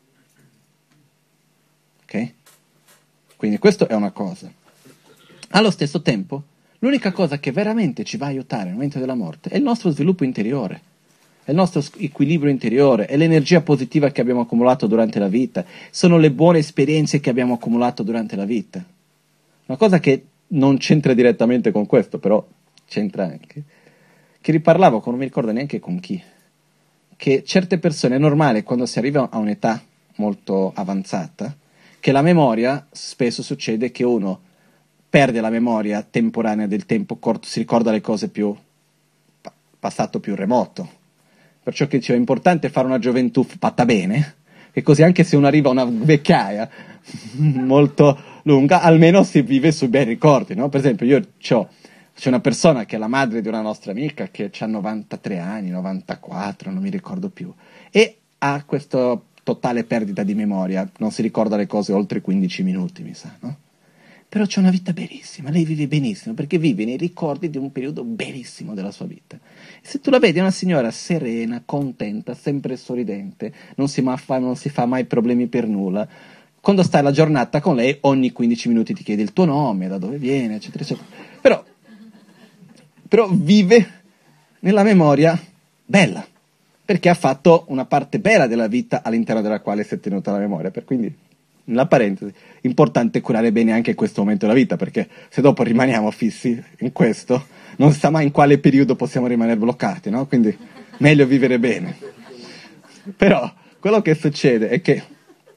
Ok? Quindi questo è una cosa. Allo stesso tempo, l'unica cosa che veramente ci va a aiutare nel momento della morte è il nostro sviluppo interiore, è il nostro equilibrio interiore, è l'energia positiva che abbiamo accumulato durante la vita, sono le buone esperienze che abbiamo accumulato durante la vita. Una cosa che non c'entra direttamente con questo, però c'entra anche, che riparlavo, non mi ricordo neanche con chi, che certe persone, è normale quando si arriva a un'età molto avanzata, che la memoria, spesso succede che uno perde la memoria temporanea del tempo corto, si ricorda le cose più passato più remoto. Perciò che è importante fare una gioventù fatta bene, che così anche se uno arriva a una vecchiaia molto lunga, almeno si vive sui bei ricordi, no? Per esempio c'è una persona che è la madre di una nostra amica che ha 93 anni, 94, non mi ricordo più, e ha questa totale perdita di memoria, non si ricorda le cose oltre 15 minuti, mi sa, no? Però c'è una vita benissima, lei vive benissimo, perché vive nei ricordi di un periodo benissimo della sua vita. E se tu la vedi, è una signora serena, contenta, sempre sorridente, non si fa mai problemi per nulla. Quando stai la giornata con lei, ogni 15 minuti ti chiede il tuo nome, da dove viene, eccetera, eccetera. Però vive nella memoria bella, perché ha fatto una parte bella della vita all'interno della quale si è tenuta la memoria. Per quindi, nella parentesi, importante curare bene anche questo momento della vita, perché se dopo rimaniamo fissi in questo, non si sa mai in quale periodo possiamo rimanere bloccati, no? Quindi meglio vivere bene. Però quello che succede è che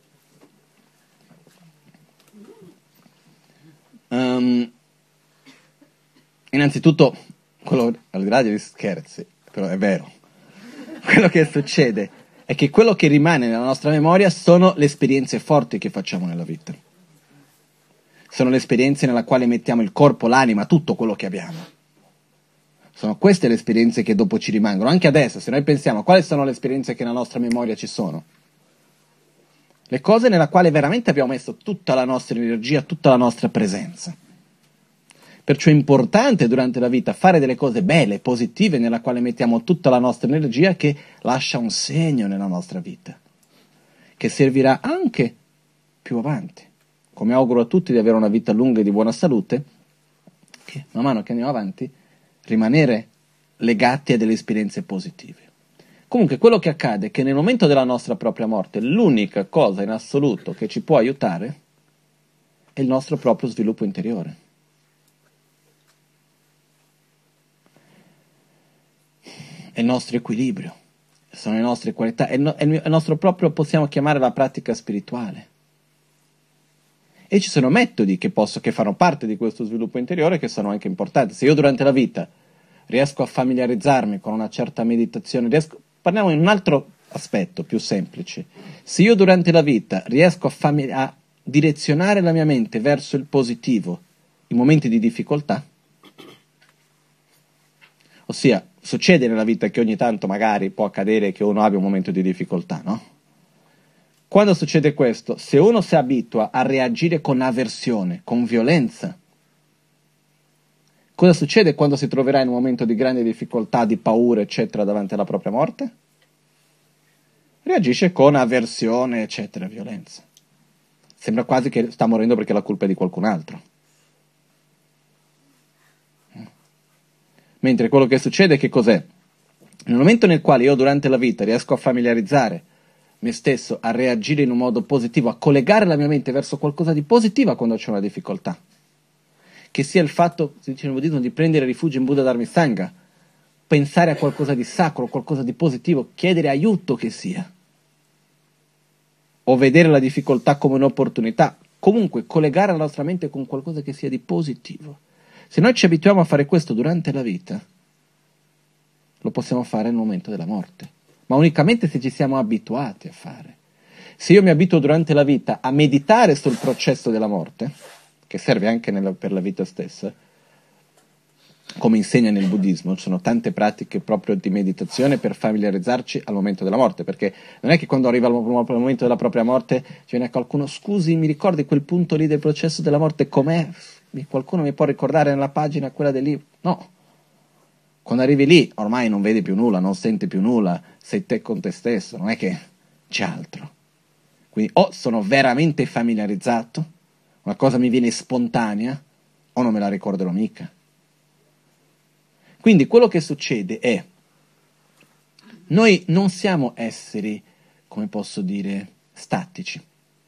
innanzitutto, quello, al di là degli scherzi, però è vero, quello che succede è che quello che rimane nella nostra memoria sono le esperienze forti che facciamo nella vita. Sono le esperienze nella quale mettiamo il corpo, l'anima, tutto quello che abbiamo. Sono queste le esperienze che dopo ci rimangono. Anche adesso, se noi pensiamo, quali sono le esperienze che nella nostra memoria ci sono? Le cose nella quale veramente abbiamo messo tutta la nostra energia, tutta la nostra presenza. Perciò è importante durante la vita fare delle cose belle, positive, nella quale mettiamo tutta la nostra energia, che lascia un segno nella nostra vita, che servirà anche più avanti. Come auguro a tutti di avere una vita lunga e di buona salute, che man mano che andiamo avanti, rimanere legati a delle esperienze positive. Comunque quello che accade è che nel momento della nostra propria morte l'unica cosa in assoluto che ci può aiutare è il nostro proprio sviluppo interiore. È il nostro equilibrio, sono le nostre qualità, è il nostro proprio, possiamo chiamare la pratica spirituale. E ci sono metodi che fanno parte di questo sviluppo interiore che sono anche importanti. Se io durante la vita riesco a familiarizzarmi con una certa meditazione, parliamo in un altro aspetto più semplice. Se io durante la vita riesco a direzionare la mia mente verso il positivo in momenti di difficoltà, ossia succede nella vita che ogni tanto magari può accadere che uno abbia un momento di difficoltà, no? Quando succede questo, se uno si abitua a reagire con avversione, con violenza, cosa succede quando si troverà in un momento di grande difficoltà, di paura, eccetera, davanti alla propria morte? Reagisce con avversione, eccetera, violenza. Sembra quasi che sta morendo perché la colpa è di qualcun altro. Mentre quello che succede che cos'è? Nel momento nel quale io durante la vita riesco a familiarizzare me stesso, a reagire in un modo positivo, a collegare la mia mente verso qualcosa di positivo quando c'è una difficoltà, che sia il fatto, si dice nel buddismo, di prendere rifugio in Buddha Dharma Sangha, pensare a qualcosa di sacro, qualcosa di positivo, chiedere aiuto che sia, o vedere la difficoltà come un'opportunità, comunque collegare la nostra mente con qualcosa che sia di positivo. Se noi ci abituiamo a fare questo durante la vita, lo possiamo fare nel momento della morte, ma unicamente se ci siamo abituati a fare. Se io mi abituo durante la vita a meditare sul processo della morte, che serve anche per la vita stessa, come insegna nel buddismo, ci sono tante pratiche proprio di meditazione per familiarizzarci al momento della morte, perché non è che quando arriva il momento della propria morte ci viene qualcuno, scusi, mi ricordi quel punto lì del processo della morte com'è? Qualcuno mi può ricordare nella pagina quella del libro? No. Quando arrivi lì ormai non vedi più nulla, non senti più nulla, sei te con te stesso, non è che c'è altro. Quindi o sono veramente familiarizzato, una cosa mi viene spontanea, o non me la ricorderò mica. Quindi quello che succede è, noi non siamo esseri, come posso dire, statici.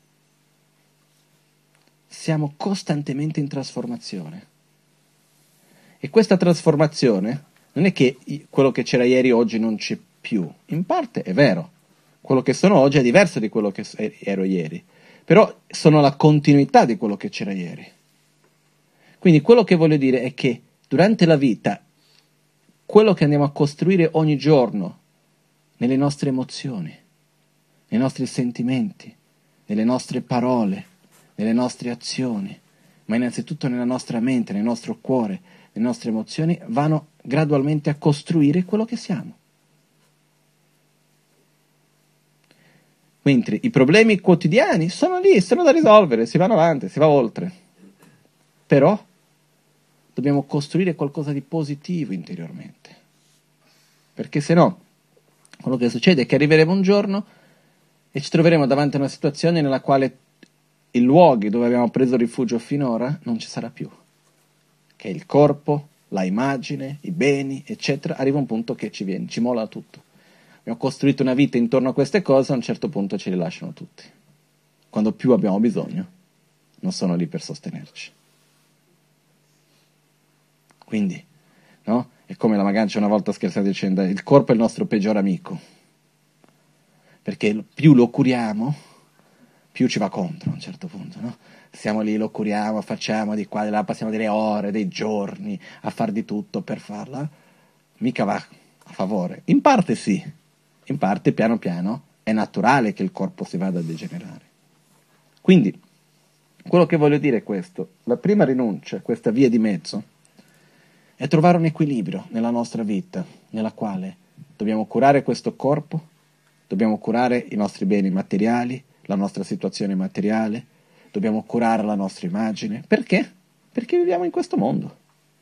Siamo costantemente in trasformazione. E questa trasformazione non è che quello che c'era ieri oggi non c'è più. In parte è vero. Quello che sono oggi è diverso di quello che ero ieri. Però sono la continuità di quello che c'era ieri. Quindi quello che voglio dire è che durante la vita, quello che andiamo a costruire ogni giorno, nelle nostre emozioni, nei nostri sentimenti, nelle nostre parole, nelle nostre azioni, ma innanzitutto nella nostra mente, nel nostro cuore, nelle nostre emozioni, vanno gradualmente a costruire quello che siamo. Mentre i problemi quotidiani sono lì, sono da risolvere, si vanno avanti, si va oltre. Però dobbiamo costruire qualcosa di positivo interiormente. Perché se no, quello che succede è che arriveremo un giorno e ci troveremo davanti a una situazione nella quale i luoghi dove abbiamo preso rifugio finora non ci sarà più. Che è il corpo, la immagine, i beni, eccetera. Arriva un punto che ci molla tutto. Abbiamo costruito una vita intorno a queste cose, a un certo punto ci rilasciano tutti. Quando più abbiamo bisogno, non sono lì per sostenerci. Quindi, no? È come la Magancia una volta scherzata dicendo, il corpo è il nostro peggior amico. Perché più lo curiamo, più ci va contro a un certo punto, no? Siamo lì, lo curiamo, facciamo di qua, di là, passiamo delle ore, dei giorni a far di tutto per farla. Mica va a favore. In parte sì, in parte piano piano è naturale che il corpo si vada a degenerare. Quindi, quello che voglio dire è questo. La prima rinuncia, questa via di mezzo, è trovare un equilibrio nella nostra vita, nella quale dobbiamo curare questo corpo, dobbiamo curare i nostri beni materiali, la nostra situazione materiale, dobbiamo curare la nostra immagine. Perché? Perché viviamo in questo mondo.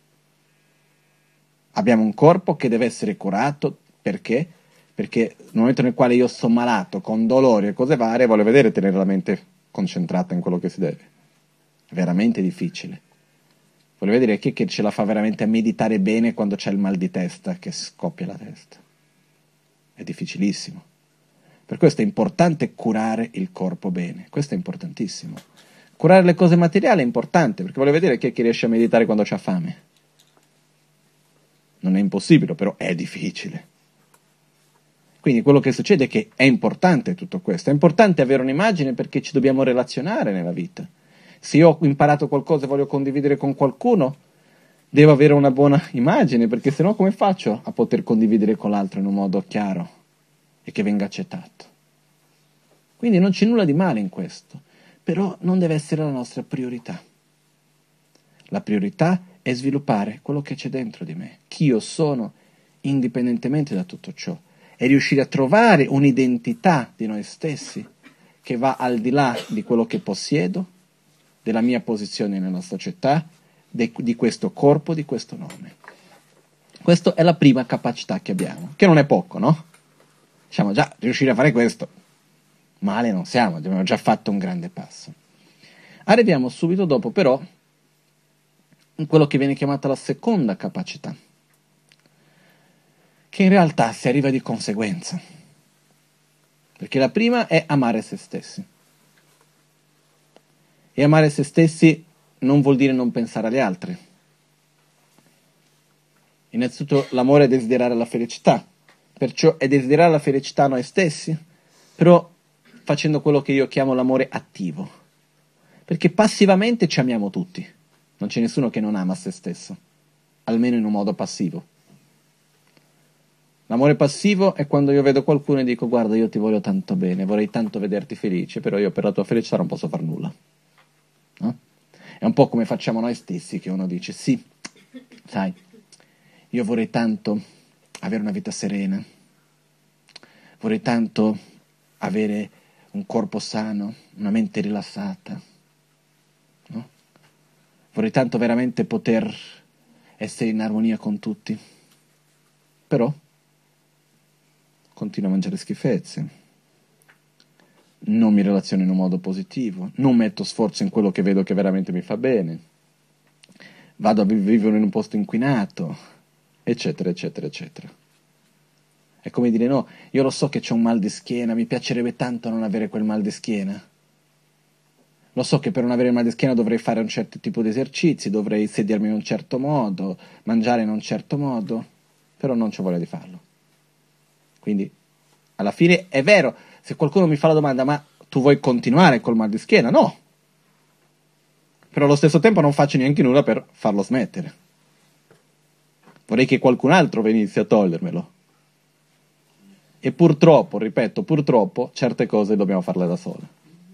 Abbiamo un corpo che deve essere curato, perché? Perché nel momento nel quale io sto malato, con dolori e cose varie, voglio vedere tenere la mente concentrata in quello che si deve. È veramente difficile. Voglio vedere chi che ce la fa veramente a meditare bene quando c'è il mal di testa, che scoppia la testa. È difficilissimo. Per questo è importante curare il corpo bene. Questo è importantissimo. Curare le cose materiali è importante, perché voglio vedere chi è che riesce a meditare quando c'ha fame. Non è impossibile, però è difficile. Quindi quello che succede è che è importante tutto questo. È importante avere un'immagine perché ci dobbiamo relazionare nella vita. Se io ho imparato qualcosa e voglio condividere con qualcuno, devo avere una buona immagine, perché sennò come faccio a poter condividere con l'altro in un modo chiaro e che venga accettato? Quindi non c'è nulla di male in questo, però non deve essere la nostra priorità. La priorità è sviluppare quello che c'è dentro di me, chi io sono, indipendentemente da tutto ciò, e riuscire a trovare un'identità di noi stessi che va al di là di quello che possiedo, della mia posizione nella società, di questo corpo, di questo nome. Questa è la prima capacità che abbiamo, che non è poco, no? Diciamo già, riuscire a fare questo, male non siamo, abbiamo già fatto un grande passo. Arriviamo subito dopo, però, in quello che viene chiamata la seconda capacità, che in realtà si arriva di conseguenza, perché la prima è amare se stessi. E amare se stessi non vuol dire non pensare agli altri. Innanzitutto l'amore è desiderare la felicità, perciò è desiderare la felicità a noi stessi, però facendo quello che io chiamo l'amore attivo, perché passivamente ci amiamo tutti, non c'è nessuno che non ama se stesso, almeno in un modo passivo. L'amore passivo è quando io vedo qualcuno e dico: guarda, io ti voglio tanto bene, vorrei tanto vederti felice, però io per la tua felicità non posso far nulla. No? È un po' come facciamo noi stessi, che uno dice: sì, sai, io vorrei tanto avere una vita serena, vorrei tanto avere un corpo sano, una mente rilassata, no? Vorrei tanto veramente poter essere in armonia con tutti, però continuo a mangiare schifezze, non mi relaziono in un modo positivo, non metto sforzo in quello che vedo che veramente mi fa bene, vado a vivere in un posto inquinato, eccetera, eccetera, eccetera. È come dire: no, io lo so che c'ho un mal di schiena, mi piacerebbe tanto non avere quel mal di schiena. Lo so che per non avere il mal di schiena dovrei fare un certo tipo di esercizi, dovrei sedermi in un certo modo, mangiare in un certo modo, però non c'ho voglia di farlo. Quindi, alla fine, è vero, se qualcuno mi fa la domanda: ma tu vuoi continuare col mal di schiena? No! Però allo stesso tempo non faccio neanche nulla per farlo smettere. Vorrei che qualcun altro venisse a togliermelo. E purtroppo, ripeto, purtroppo, certe cose dobbiamo farle da sole.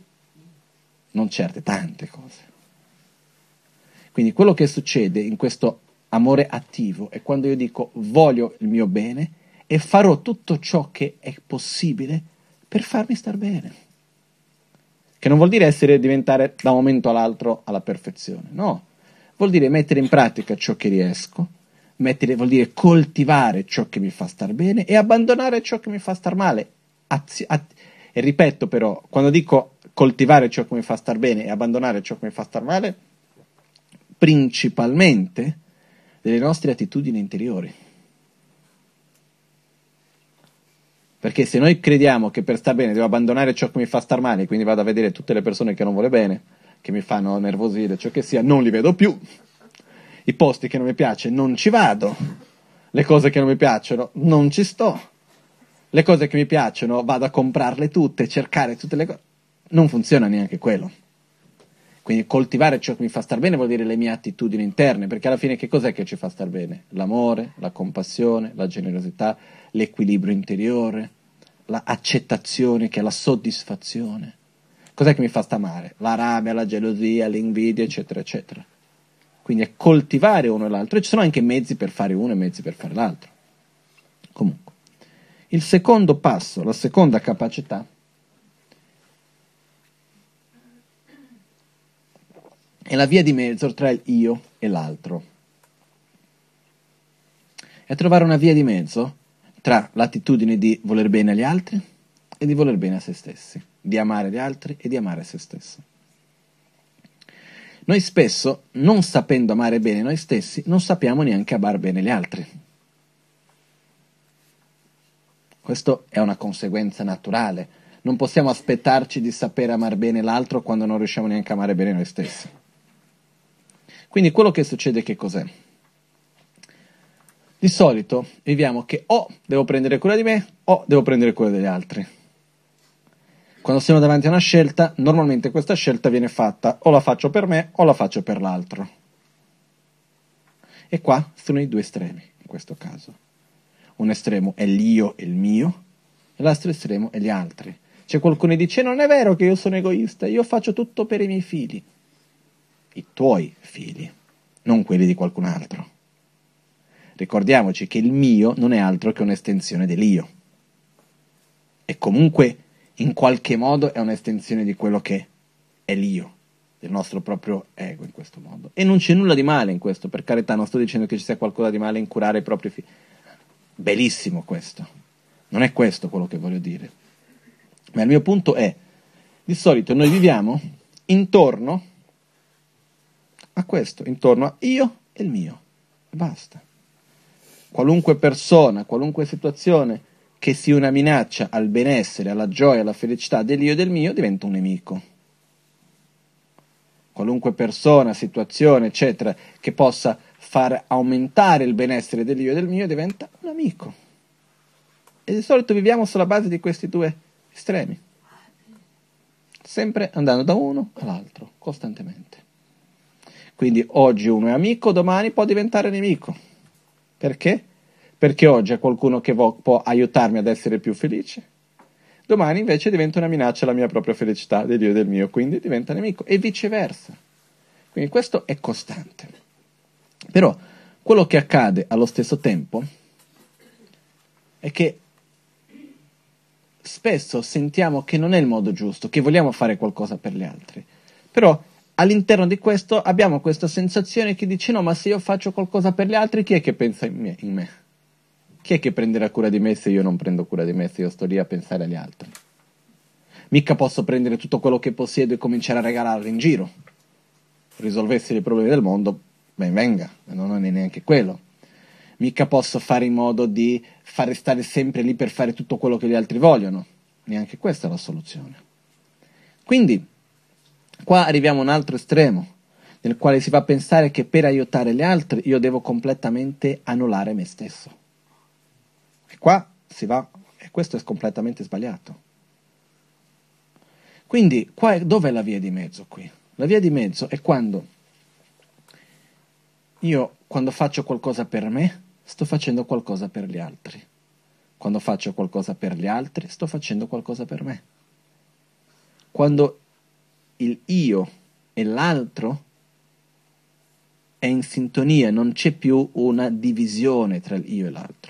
Non certe, tante cose. Quindi quello che succede in questo amore attivo è quando io dico: voglio il mio bene e farò tutto ciò che è possibile per farmi star bene. Che non vuol dire diventare da un momento all'altro alla perfezione, no. Vuol dire mettere in pratica ciò che riesco, vuol dire coltivare ciò che mi fa star bene e abbandonare ciò che mi fa star male. E ripeto però, quando dico coltivare ciò che mi fa star bene e abbandonare ciò che mi fa star male, principalmente delle nostre attitudini interiori. Perché se noi crediamo che per star bene devo abbandonare ciò che mi fa star male, quindi vado a vedere tutte le persone che non vuole bene, che mi fanno nervosire, ciò che sia, non li vedo più, i posti che non mi piace non ci vado, le cose che non mi piacciono non ci sto, le cose che mi piacciono vado a comprarle tutte, cercare tutte le cose, non funziona neanche quello. Quindi coltivare ciò che mi fa star bene vuol dire le mie attitudini interne, perché alla fine che cos'è che ci fa star bene? L'amore, la compassione, la generosità, l'equilibrio interiore, l'accettazione, che è la soddisfazione. Cos'è che mi fa star male? La rabbia, la gelosia, l'invidia, eccetera, eccetera. Quindi è coltivare uno e l'altro, e ci sono anche mezzi per fare uno e mezzi per fare l'altro. Comunque, il secondo passo, la seconda capacità, è la via di mezzo tra il io e l'altro. È trovare una via di mezzo tra l'attitudine di voler bene agli altri e di voler bene a se stessi, di amare gli altri e di amare se stesso. Noi spesso, non sapendo amare bene noi stessi, non sappiamo neanche amare bene gli altri. Questo è una conseguenza naturale. Non possiamo aspettarci di sapere amare bene l'altro quando non riusciamo neanche a amare bene noi stessi. Quindi quello che succede che cos'è? Di solito viviamo che o devo prendere cura di me o devo prendere cura degli altri. Quando siamo davanti a una scelta, normalmente questa scelta viene fatta o la faccio per me o la faccio per l'altro. E qua sono i due estremi, in questo caso. Un estremo è l'io e il mio, e l'altro estremo è gli altri. C'è qualcuno che dice, non è vero che io sono egoista, io faccio tutto per i miei figli. I tuoi figli, non quelli di qualcun altro. Ricordiamoci che il mio non è altro che un'estensione dell'io. E comunque, in qualche modo, è un'estensione di quello che è l'io, del nostro proprio ego in questo modo. E non c'è nulla di male in questo, per carità, non sto dicendo che ci sia qualcosa di male in curare i propri figli. Bellissimo questo. Non è questo quello che voglio dire. Ma il mio punto è, di solito noi viviamo intorno a questo, intorno a io e il mio. E basta. Qualunque persona, qualunque situazione che sia una minaccia al benessere, alla gioia, alla felicità dell'io e del mio, diventa un nemico. Qualunque persona, situazione, eccetera, che possa far aumentare il benessere dell'io e del mio, diventa un amico. E di solito viviamo sulla base di questi due estremi. Sempre andando da uno all'altro, costantemente. Quindi oggi uno è amico, domani può diventare nemico. Perché? Perché oggi è qualcuno che può aiutarmi ad essere più felice, domani invece diventa una minaccia alla mia propria felicità, dell'io e del mio, quindi diventa nemico, e viceversa. Quindi questo è costante. Però quello che accade allo stesso tempo è che spesso sentiamo che non è il modo giusto, che vogliamo fare qualcosa per gli altri, però all'interno di questo abbiamo questa sensazione che dice no, ma se io faccio qualcosa per gli altri, chi è che pensa in me? Chi è che prenderà cura di me se io non prendo cura di me, se io sto lì a pensare agli altri? Mica posso prendere tutto quello che possiedo e cominciare a regalarlo in giro. Risolvessi i problemi del mondo, ben venga, non è neanche quello. Mica posso fare in modo di fare stare sempre lì per fare tutto quello che gli altri vogliono. Neanche questa è la soluzione. Quindi, qua arriviamo a un altro estremo, nel quale si va a pensare che per aiutare gli altri io devo completamente annullare me stesso. E qua si va, e questo è completamente sbagliato. Quindi, dov'è la via di mezzo qui? La via di mezzo è quando faccio qualcosa per me, sto facendo qualcosa per gli altri. Quando faccio qualcosa per gli altri, sto facendo qualcosa per me. Quando il io e l'altro è in sintonia, non c'è più una divisione tra il io e l'altro.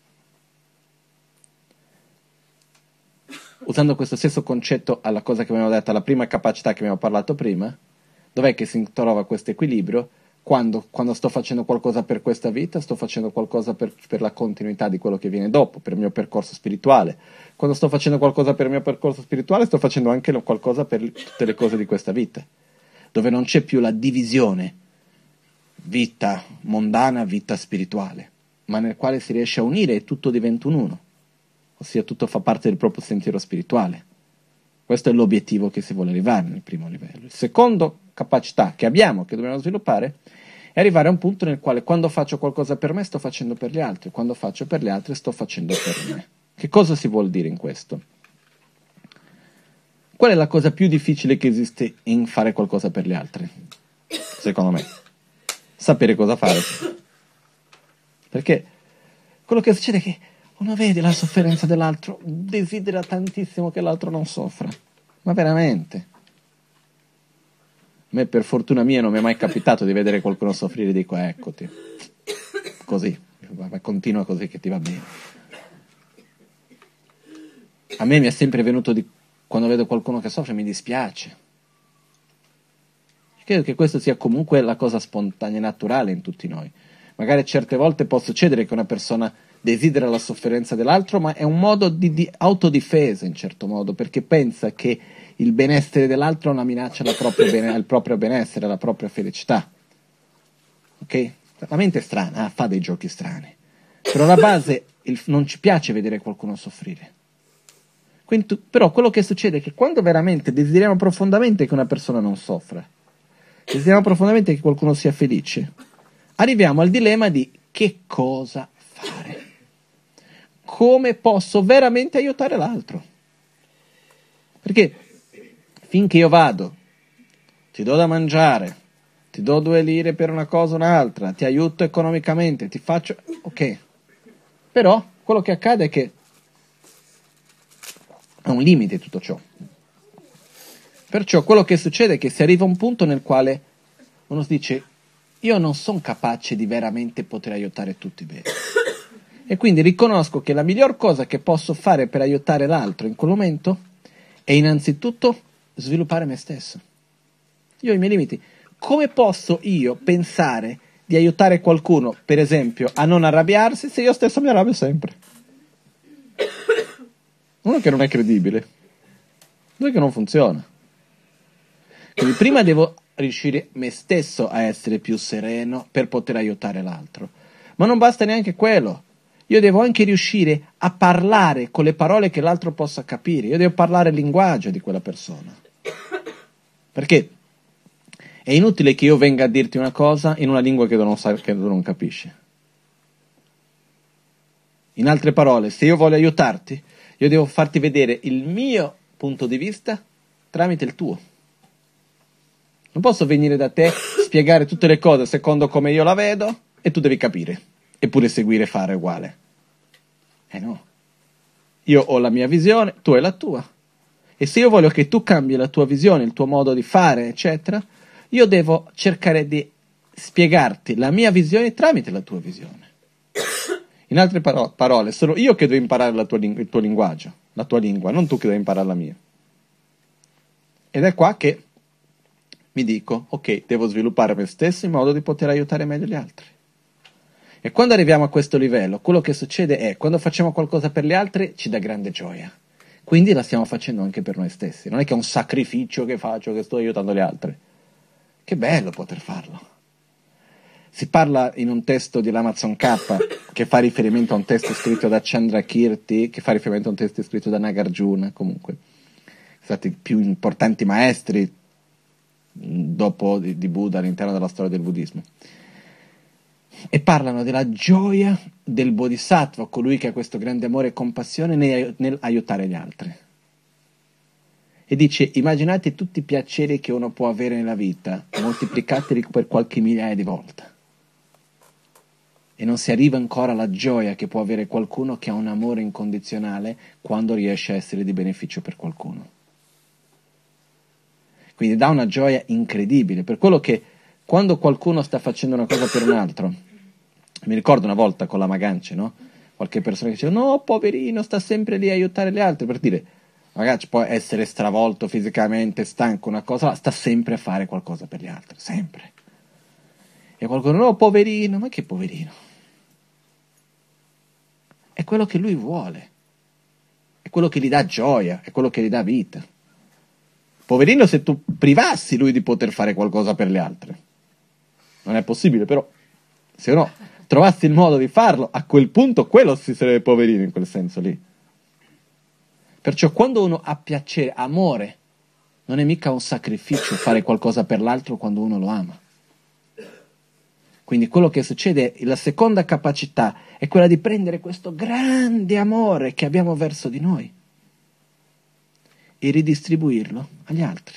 Usando questo stesso concetto alla cosa che abbiamo detto, alla prima capacità che abbiamo parlato prima, dov'è che si trova questo equilibrio? Quando sto facendo qualcosa per questa vita, sto facendo qualcosa per la continuità di quello che viene dopo, per il mio percorso spirituale. Quando sto facendo qualcosa per il mio percorso spirituale, sto facendo anche qualcosa per tutte le cose di questa vita, dove non c'è più la divisione vita mondana, vita spirituale, ma nel quale si riesce a unire e tutto diventa un uno. Ossia tutto fa parte del proprio sentiero spirituale. Questo è l'obiettivo che si vuole arrivare nel primo livello. Il secondo capacità che abbiamo, che dobbiamo sviluppare, è arrivare a un punto nel quale quando faccio qualcosa per me sto facendo per gli altri, quando faccio per gli altri sto facendo per me. Che cosa si vuol dire in questo? Qual è la cosa più difficile che esiste in fare qualcosa per gli altri? Secondo me. Sapere cosa fare. Perché quello che succede è che uno vede la sofferenza dell'altro, desidera tantissimo che l'altro non soffra, ma veramente. me per fortuna mia non mi è mai capitato di vedere qualcuno soffrire e dico eccoti, così, continua così che ti va bene. A me mi è sempre venuto quando vedo qualcuno che soffre mi dispiace. Credo che questo sia comunque la cosa spontanea e naturale in tutti noi. Magari certe volte può succedere che una persona desidera la sofferenza dell'altro, ma è un modo di autodifesa in certo modo, perché pensa che il benessere dell'altro è una minaccia al proprio benessere, alla propria felicità. Ok? La mente è strana, fa dei giochi strani. Però alla base non ci piace vedere qualcuno soffrire. Quindi, però quello che succede è che quando veramente desideriamo profondamente che una persona non soffra, desideriamo profondamente che qualcuno sia felice, arriviamo al dilemma di che cosa fare. Come posso veramente aiutare l'altro? Perché finché io vado, ti do da mangiare, ti do 2 lire per una cosa o un'altra, ti aiuto economicamente, ti faccio... Ok. Però quello che accade è che ha un limite tutto ciò. Perciò quello che succede è che si arriva a un punto nel quale uno si dice io non sono capace di veramente poter aiutare tutti bene. E quindi riconosco che la miglior cosa che posso fare per aiutare l'altro in quel momento è innanzitutto sviluppare me stesso. Io ho i miei limiti. Come posso io pensare di aiutare qualcuno, per esempio, a non arrabbiarsi se io stesso mi arrabbio sempre? Uno che non è credibile. Due che non funziona. Quindi prima devo riuscire me stesso a essere più sereno per poter aiutare l'altro. Ma non basta neanche quello. Io devo anche riuscire a parlare con le parole che l'altro possa capire. Io devo parlare il linguaggio di quella persona. Perché è inutile che io venga a dirti una cosa in una lingua che tu non capisci. In altre parole, se io voglio aiutarti, io devo farti vedere il mio punto di vista tramite il tuo. Non posso venire da te, spiegare tutte le cose secondo come io la vedo e tu devi capire. Eppure seguire e fare uguale. No. Io ho la mia visione, tu hai la tua. E se io voglio che tu cambi la tua visione, il tuo modo di fare, eccetera, io devo cercare di spiegarti la mia visione tramite la tua visione. In altre parole, sono io che devo imparare il tuo linguaggio, la tua lingua, non tu che devi imparare la mia. Ed è qua che mi dico, ok, devo sviluppare me stesso in modo di poter aiutare meglio gli altri. E quando arriviamo a questo livello, quello che succede è, quando facciamo qualcosa per gli altri, ci dà grande gioia. Quindi la stiamo facendo anche per noi stessi. Non è che è un sacrificio che faccio, che sto aiutando gli altri. Che bello poter farlo. Si parla in un testo dell'Amazon K, che fa riferimento a un testo scritto da Chandrakirti, che fa riferimento a un testo scritto da Nagarjuna, comunque. Stati i più importanti maestri dopo di Buddha all'interno della storia del buddismo. E parlano della gioia del bodhisattva, colui che ha questo grande amore e compassione nel aiutare gli altri. E dice, immaginate tutti i piaceri che uno può avere nella vita, moltiplicateli per qualche migliaia di volte. E non si arriva ancora alla gioia che può avere qualcuno che ha un amore incondizionale quando riesce a essere di beneficio per qualcuno. Quindi dà una gioia incredibile, per quello che quando qualcuno sta facendo una cosa per un altro, mi ricordo una volta con la Magance, no? Qualche persona che diceva, no, poverino, sta sempre lì a aiutare gli altri, per dire, magari può essere stravolto fisicamente, stanco, una cosa, sta sempre a fare qualcosa per gli altri, sempre. E qualcuno, no, poverino, ma che poverino? È quello che lui vuole, è quello che gli dà gioia, è quello che gli dà vita. Poverino se tu privassi lui di poter fare qualcosa per gli altri. Non è possibile, però, se uno trovassi il modo di farlo, a quel punto quello si sarebbe poverino in quel senso lì. Perciò quando uno ha piacere, amore, non è mica un sacrificio fare qualcosa per l'altro quando uno lo ama. Quindi quello che succede, la seconda capacità, è quella di prendere questo grande amore che abbiamo verso di noi e ridistribuirlo agli altri.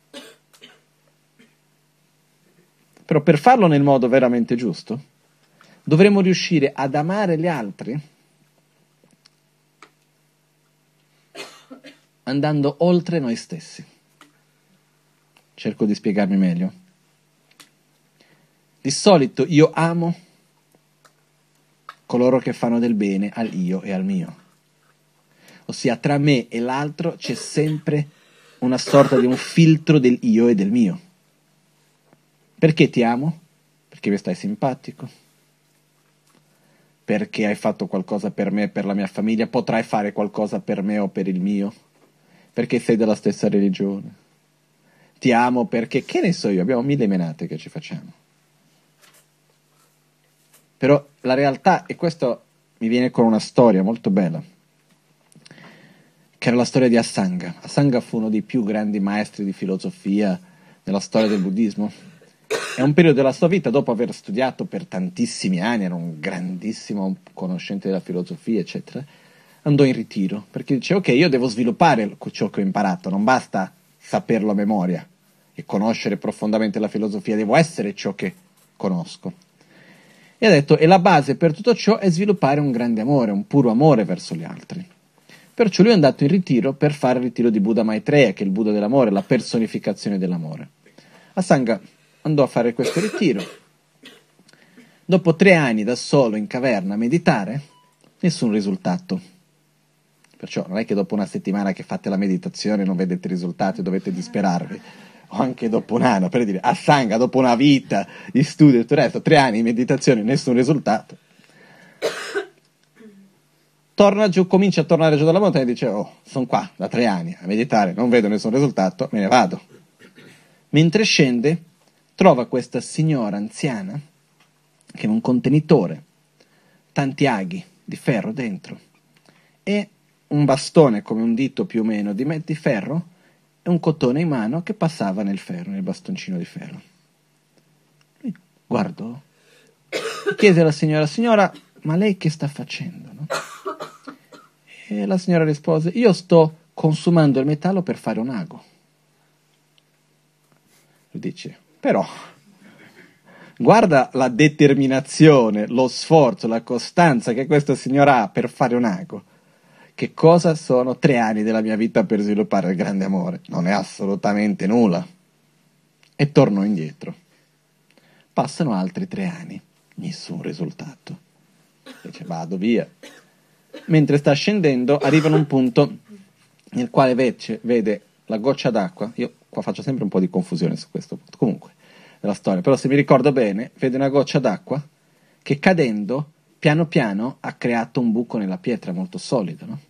Però per farlo nel modo veramente giusto, dovremo riuscire ad amare gli altri andando oltre noi stessi. Cerco di spiegarmi meglio. Di solito io amo coloro che fanno del bene al io e al mio. Ossia, tra me e l'altro c'è sempre una sorta di un filtro del io e del mio. Perché ti amo? Perché mi stai simpatico. Perché hai fatto qualcosa per me e per la mia famiglia, potrai fare qualcosa per me o per il mio. Perché sei della stessa religione. Ti amo perché, che ne so io, abbiamo mille menate che ci facciamo. Però la realtà, e questo mi viene con una storia molto bella, che era la storia di Asanga. Asanga fu uno dei più grandi maestri di filosofia nella storia del buddismo. È un periodo della sua vita, dopo aver studiato per tantissimi anni, era un grandissimo conoscente della filosofia, eccetera, andò in ritiro, perché dice, ok, io devo sviluppare ciò che ho imparato, non basta saperlo a memoria e conoscere profondamente la filosofia, devo essere ciò che conosco. E ha detto, e la base per tutto ciò è sviluppare un grande amore, un puro amore verso gli altri. Perciò lui è andato in ritiro per fare il ritiro di Buddha Maitreya, che è il Buddha dell'amore, la personificazione dell'amore. Asanga andò a fare questo ritiro. Dopo 3 anni da solo in caverna a meditare, nessun risultato. Perciò non è che dopo una settimana che fate la meditazione non vedete risultati, dovete disperarvi. O anche dopo un anno, per dire, Asanga dopo una vita di studio e tutto il resto, 3 anni di meditazione, nessun risultato. Torna giù, comincia a tornare giù dalla montagna e dice, oh, sono qua da 3 anni a meditare, non vedo nessun risultato, me ne vado. Mentre scende, trova questa signora anziana, che è un contenitore, tanti aghi di ferro dentro, e un bastone come un dito più o meno di ferro, e un cotone in mano che passava nel ferro, nel bastoncino di ferro. Lui guardò, chiese alla signora, ma lei che sta facendo? No? E la signora rispose, io sto consumando il metallo per fare un ago. Lui dice, però, guarda la determinazione, lo sforzo, la costanza che questa signora ha per fare un ago. Che cosa sono 3 anni della mia vita per sviluppare il grande amore? Non è assolutamente nulla. E torno indietro. Passano altri 3 anni, nessun risultato. Dice, vado via. Mentre sta scendendo, arriva in un punto nel quale vede la goccia d'acqua. Io qua faccio sempre un po' di confusione su questo punto, comunque, della storia. Però se mi ricordo bene, vede una goccia d'acqua che cadendo piano piano ha creato un buco nella pietra molto solido, no?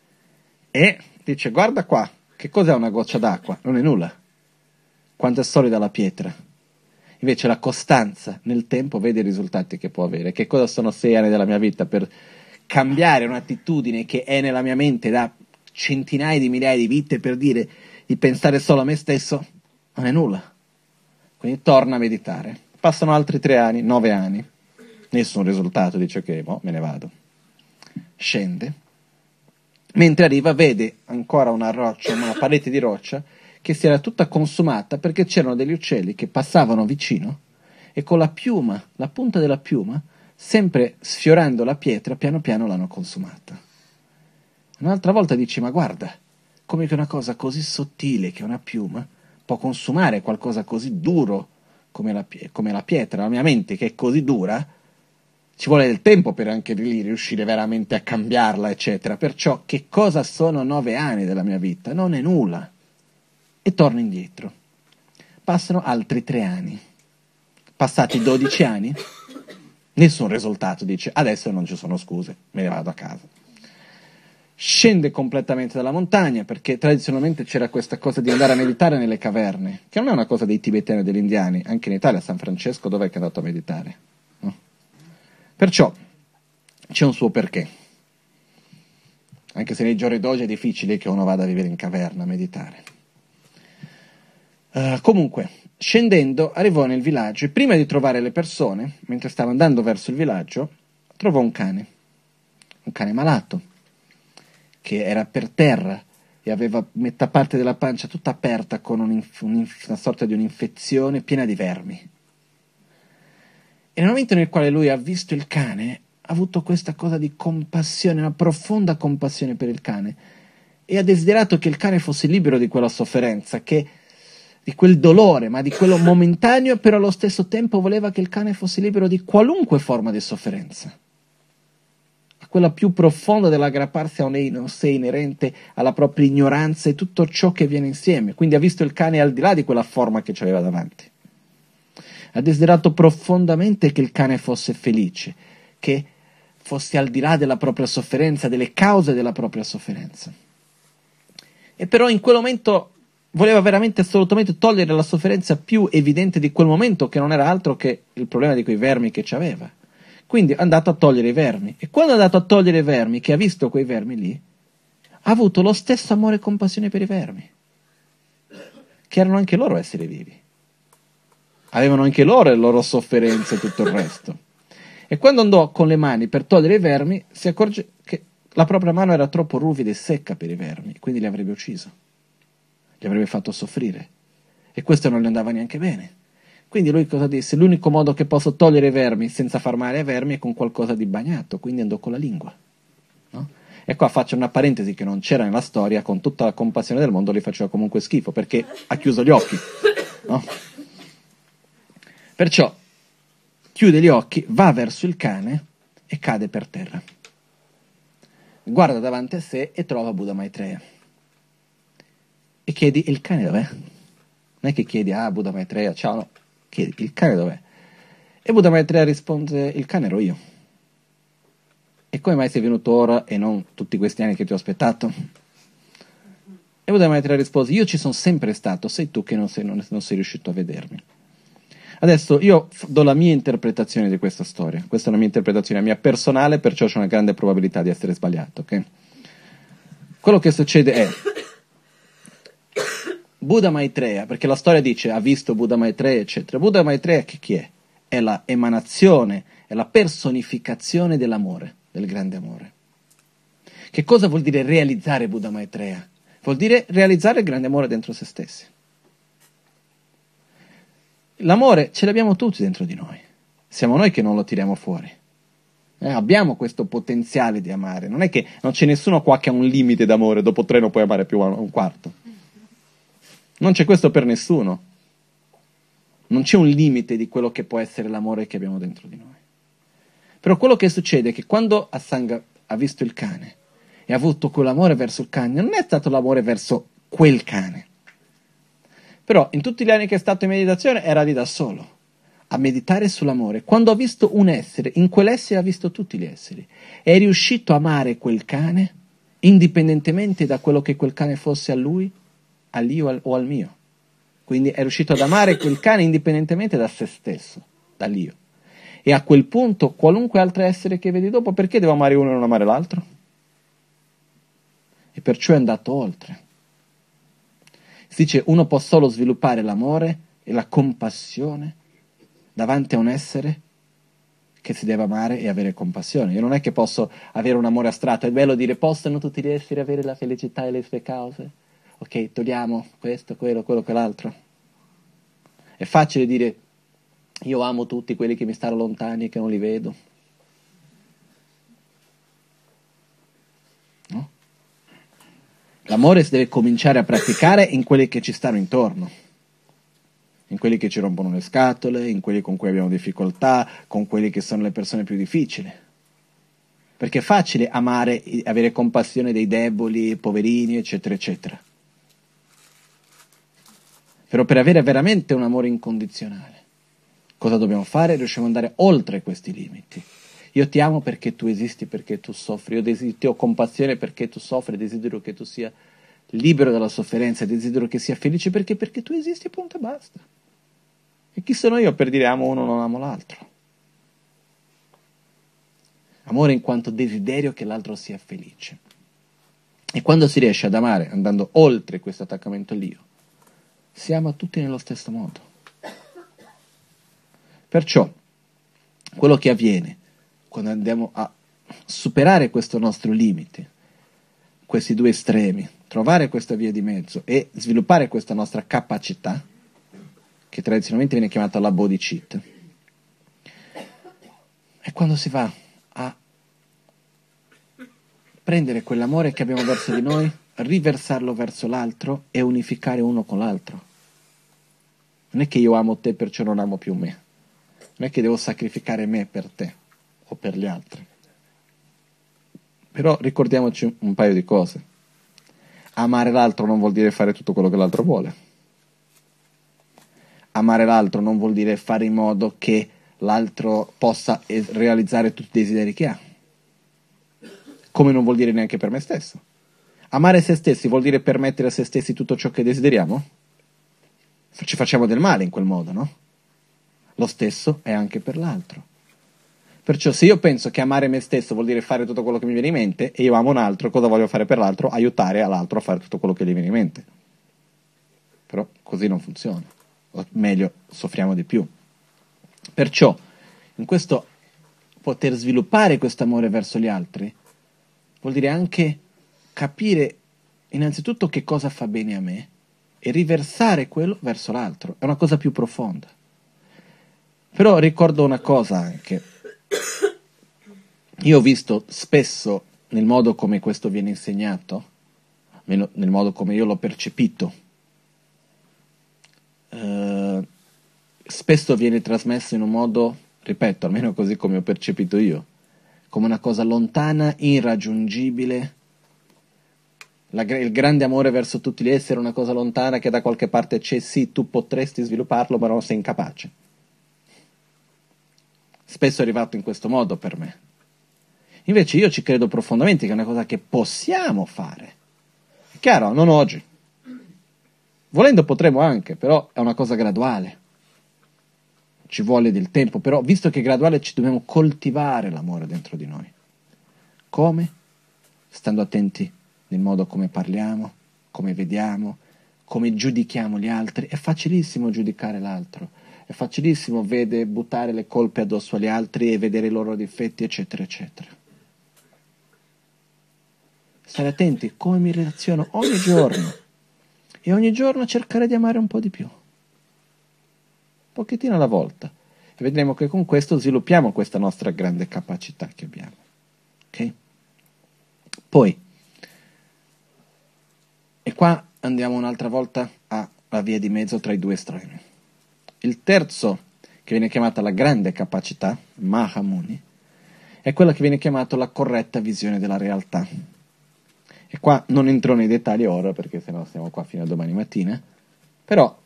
E dice, guarda qua, che cos'è una goccia d'acqua? Non è nulla. Quanto è solida la pietra. Invece la costanza nel tempo vede i risultati che può avere. Che cosa sono 6 anni della mia vita per cambiare un'attitudine che è nella mia mente da centinaia di migliaia di vite per dire di pensare solo a me stesso? Non è nulla. Quindi torna a meditare. Passano altri 3 anni, 9 anni. Nessun risultato, dice ok, me ne vado. Scende. Mentre arriva vede ancora una roccia, una parete di roccia che si era tutta consumata perché c'erano degli uccelli che passavano vicino e con la piuma, la punta della piuma, sempre sfiorando la pietra, piano piano l'hanno consumata. Un'altra volta dice, ma guarda, come che una cosa così sottile che una piuma può consumare qualcosa così duro come la pietra, la mia mente che è così dura, ci vuole del tempo per anche lì riuscire veramente a cambiarla, eccetera. Perciò, che cosa sono 9 anni della mia vita? Non è nulla. E torno indietro. Passano altri 3 anni. Passati 12 anni, nessun risultato. Dice, adesso non ci sono scuse, me ne vado a casa. Scende completamente dalla montagna, perché tradizionalmente c'era questa cosa di andare a meditare nelle caverne, che non è una cosa dei tibetani e degli indiani. Anche in Italia, a San Francesco, dov'è che è andato a meditare? Perciò c'è un suo perché, anche se nei giorni d'oggi è difficile che uno vada a vivere in caverna a meditare. Comunque, scendendo, arrivò nel villaggio e prima di trovare le persone, mentre stava andando verso il villaggio, trovò un cane malato, che era per terra e aveva metà parte della pancia tutta aperta con una sorta di un'infezione piena di vermi. E nel momento nel quale lui ha visto il cane, ha avuto questa cosa di compassione, una profonda compassione per il cane, e ha desiderato che il cane fosse libero di quella sofferenza, che di quel dolore, ma di quello momentaneo, però allo stesso tempo voleva che il cane fosse libero di qualunque forma di sofferenza. A quella più profonda dell'aggrapparsi a un sé inerente alla propria ignoranza e tutto ciò che viene insieme. Quindi ha visto il cane al di là di quella forma che c'aveva davanti. Ha desiderato profondamente che il cane fosse felice, che fosse al di là della propria sofferenza, delle cause della propria sofferenza. E però in quel momento voleva veramente assolutamente togliere la sofferenza più evidente di quel momento, che non era altro che il problema di quei vermi che c'aveva. Quindi è andato a togliere i vermi. E quando è andato a togliere i vermi, che ha visto quei vermi lì, ha avuto lo stesso amore e compassione per i vermi, che erano anche loro esseri vivi. Avevano anche loro le loro sofferenze e tutto il resto. E quando andò con le mani per togliere i vermi, si accorge che la propria mano era troppo ruvida e secca per i vermi, quindi li avrebbe ucciso, li avrebbe fatto soffrire. E questo non gli andava neanche bene. Quindi lui cosa disse? L'unico modo che posso togliere i vermi senza far male ai vermi è con qualcosa di bagnato, quindi andò con la lingua. No? E qua faccio una parentesi che non c'era nella storia, con tutta la compassione del mondo, gli faceva comunque schifo, perché ha chiuso gli occhi. No? Perciò chiude gli occhi, va verso il cane e cade per terra. Guarda davanti a sé e trova Buddha Maitreya. E chiedi, il cane dov'è? Non è che chiedi, Buddha Maitreya, ciao, no. Chiedi, il cane dov'è? E Buddha Maitreya risponde, il cane ero io. E come mai sei venuto ora e non tutti questi anni che ti ho aspettato? E Buddha Maitreya rispose, io ci sono sempre stato, sei tu che non sei riuscito a vedermi. Adesso io do la mia interpretazione di questa storia. Questa è una mia interpretazione mia personale, perciò c'è una grande probabilità di essere sbagliato. Okay? Quello che succede è Buddha Maitreya, perché la storia dice ha visto Buddha Maitreya, eccetera. Buddha Maitreya chi è? È la emanazione, è la personificazione dell'amore, del grande amore. Che cosa vuol dire realizzare Buddha Maitreya? Vuol dire realizzare il grande amore dentro se stessi. L'amore ce l'abbiamo tutti dentro di noi, siamo noi che non lo tiriamo fuori. Abbiamo questo potenziale di amare, non è che non c'è nessuno qua che ha un limite d'amore, dopo 3 non puoi amare più un quarto. Non c'è questo per nessuno. Non c'è un limite di quello che può essere l'amore che abbiamo dentro di noi. Però quello che succede è che quando Asanga ha visto il cane e ha avuto quell'amore verso il cane, non è stato l'amore verso quel cane. Però in tutti gli anni che è stato in meditazione era lì da solo, a meditare sull'amore. Quando ha visto un essere, in quell'essere ha visto tutti gli esseri. È riuscito a amare quel cane, indipendentemente da quello che quel cane fosse a lui, a lì o al mio. Quindi è riuscito ad amare quel cane indipendentemente da se stesso, dall'io. E a quel punto, qualunque altro essere che vedi dopo, perché devo amare uno e non amare l'altro? E perciò è andato oltre. Si dice, uno può solo sviluppare l'amore e la compassione davanti a un essere che si deve amare e avere compassione. Io non è che posso avere un amore astratto, è bello dire, possono tutti gli esseri avere la felicità e le sue cause? Ok, togliamo questo, quello, quell'altro. È facile dire, io amo tutti quelli che mi stanno lontani e che non li vedo. No? L'amore si deve cominciare a praticare in quelli che ci stanno intorno, in quelli che ci rompono le scatole, in quelli con cui abbiamo difficoltà, con quelli che sono le persone più difficili. Perché è facile amare, avere compassione dei deboli, poverini, eccetera, eccetera. Però per avere veramente un amore incondizionale, cosa dobbiamo fare? Riusciamo ad andare oltre questi limiti. Io ti amo perché tu esisti, perché tu soffri. Ti ho compassione perché tu soffri, desidero che tu sia libero dalla sofferenza, desidero che sia felice perché tu esisti, punto e basta. E chi sono io per dire amo uno, non amo l'altro? Amore in quanto desiderio che l'altro sia felice. E quando si riesce ad amare, andando oltre questo attaccamento all'io, si ama tutti nello stesso modo. Perciò, quello che avviene quando andiamo a superare questo nostro limite, questi due estremi, trovare questa via di mezzo e sviluppare questa nostra capacità, che tradizionalmente viene chiamata la bodhicitta, è quando si va a prendere quell'amore che abbiamo verso di noi, riversarlo verso l'altro e unificare uno con l'altro. Non è che io amo te perciò non amo più me. Non è che devo sacrificare me per te o per gli altri. Però ricordiamoci un paio di cose. Amare l'altro non vuol dire fare tutto quello che l'altro vuole. Amare l'altro non vuol dire fare in modo che l'altro possa realizzare tutti i desideri che ha. Come non vuol dire neanche per me stesso. Amare se stessi vuol dire permettere a se stessi tutto ciò che desideriamo? Ci facciamo del male in quel modo, no? Lo stesso è anche per l'altro. Perciò se io penso che amare me stesso vuol dire fare tutto quello che mi viene in mente, e io amo un altro, cosa voglio fare per l'altro? Aiutare all'altro a fare tutto quello che gli viene in mente. Però così non funziona. O meglio, soffriamo di più. Perciò, in questo poter sviluppare questo amore verso gli altri, vuol dire anche capire innanzitutto che cosa fa bene a me e riversare quello verso l'altro. È una cosa più profonda. Però ricordo una cosa anche. Io ho visto spesso, nel modo come questo viene insegnato, nel modo come io l'ho percepito, spesso viene trasmesso in un modo, ripeto, almeno così come ho percepito io, come una cosa lontana, irraggiungibile. Il grande amore verso tutti gli esseri è una cosa lontana che da qualche parte c'è, sì, tu potresti svilupparlo, ma non sei incapace. Spesso è arrivato in questo modo per me. Invece io ci credo profondamente che è una cosa che possiamo fare. È chiaro, non oggi. Volendo potremo anche, però è una cosa graduale. Ci vuole del tempo, però visto che è graduale ci dobbiamo coltivare l'amore dentro di noi. Come? Stando attenti nel modo come parliamo, come vediamo, come giudichiamo gli altri. È facilissimo giudicare l'altro, è facilissimo buttare le colpe addosso agli altri e vedere i loro difetti, eccetera, eccetera. Stare attenti come mi relaziono ogni giorno e ogni giorno cercare di amare un po' di più, un pochettino alla volta, e vedremo che con questo sviluppiamo questa nostra grande capacità che abbiamo. Ok? Poi, e qua andiamo un'altra volta alla via di mezzo tra i due estremi. Il terzo, che viene chiamata la grande capacità, Mahamuni, è quella che viene chiamata la corretta visione della realtà. E qua non entro nei dettagli ora, perché sennò stiamo qua fino a domani mattina, però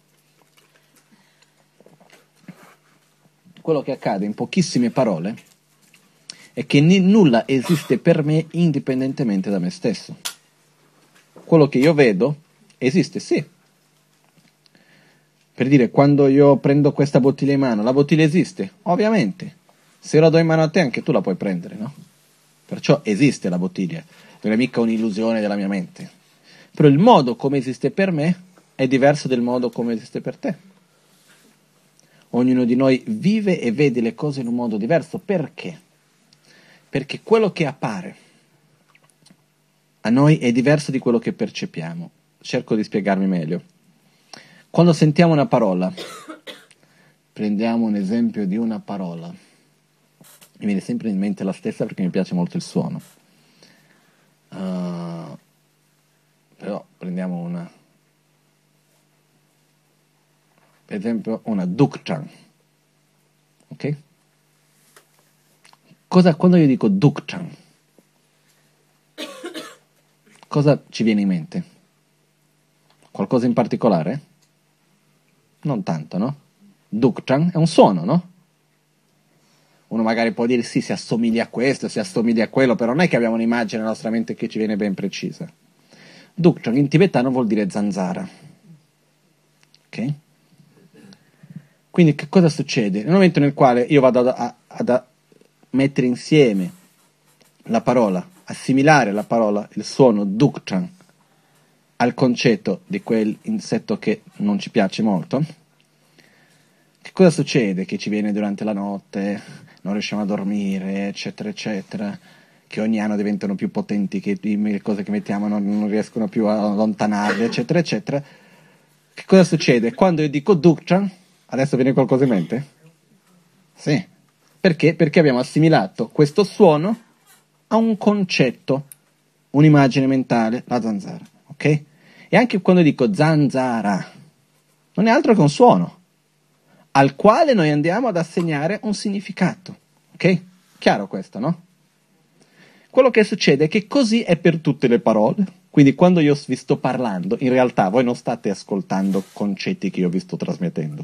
quello che accade in pochissime parole è che nulla esiste per me indipendentemente da me stesso. Quello che io vedo esiste, sì. Per dire, quando io prendo questa bottiglia in mano, la bottiglia esiste? Ovviamente. Se io la do in mano a te, anche tu la puoi prendere, no? Perciò esiste la bottiglia. Non è mica un'illusione della mia mente. Però il modo come esiste per me è diverso del modo come esiste per te. Ognuno di noi vive e vede le cose in un modo diverso. Perché? Perché quello che appare a noi è diverso di quello che percepiamo. Cerco di spiegarmi meglio. Quando sentiamo una parola, prendiamo un esempio di una parola. Mi viene sempre in mente la stessa perché mi piace molto il suono. Però prendiamo una, per esempio una Dukchan, ok? Quando io dico Dukchan, cosa ci viene in mente? Qualcosa in particolare? Non tanto, no? Dukchan è un suono, no? Uno magari può dire sì, si assomiglia a questo, si assomiglia a quello, però non è che abbiamo un'immagine nella nostra mente che ci viene ben precisa. Dukchan in tibetano vuol dire zanzara. Ok? Quindi che cosa succede? Nel momento nel quale io vado ad mettere insieme la parola, assimilare la parola, il suono Dukchan al concetto di quell'insetto che non ci piace molto, che cosa succede? Che ci viene durante la notte, non riusciamo a dormire, eccetera, eccetera, che ogni anno diventano più potenti, che le cose che mettiamo non riescono più a allontanarle, eccetera, eccetera. Che cosa succede? Quando io dico Dukchan, adesso viene qualcosa in mente? Sì. Perché? Perché abbiamo assimilato questo suono a un concetto, un'immagine mentale, la zanzara, ok? E anche quando dico zanzara, non è altro che un suono. al quale noi andiamo ad assegnare un significato. Ok? Chiaro questo, no? Quello che succede è che così è per tutte le parole. Quindi quando io vi sto parlando, in realtà voi non state ascoltando concetti che io vi sto trasmettendo.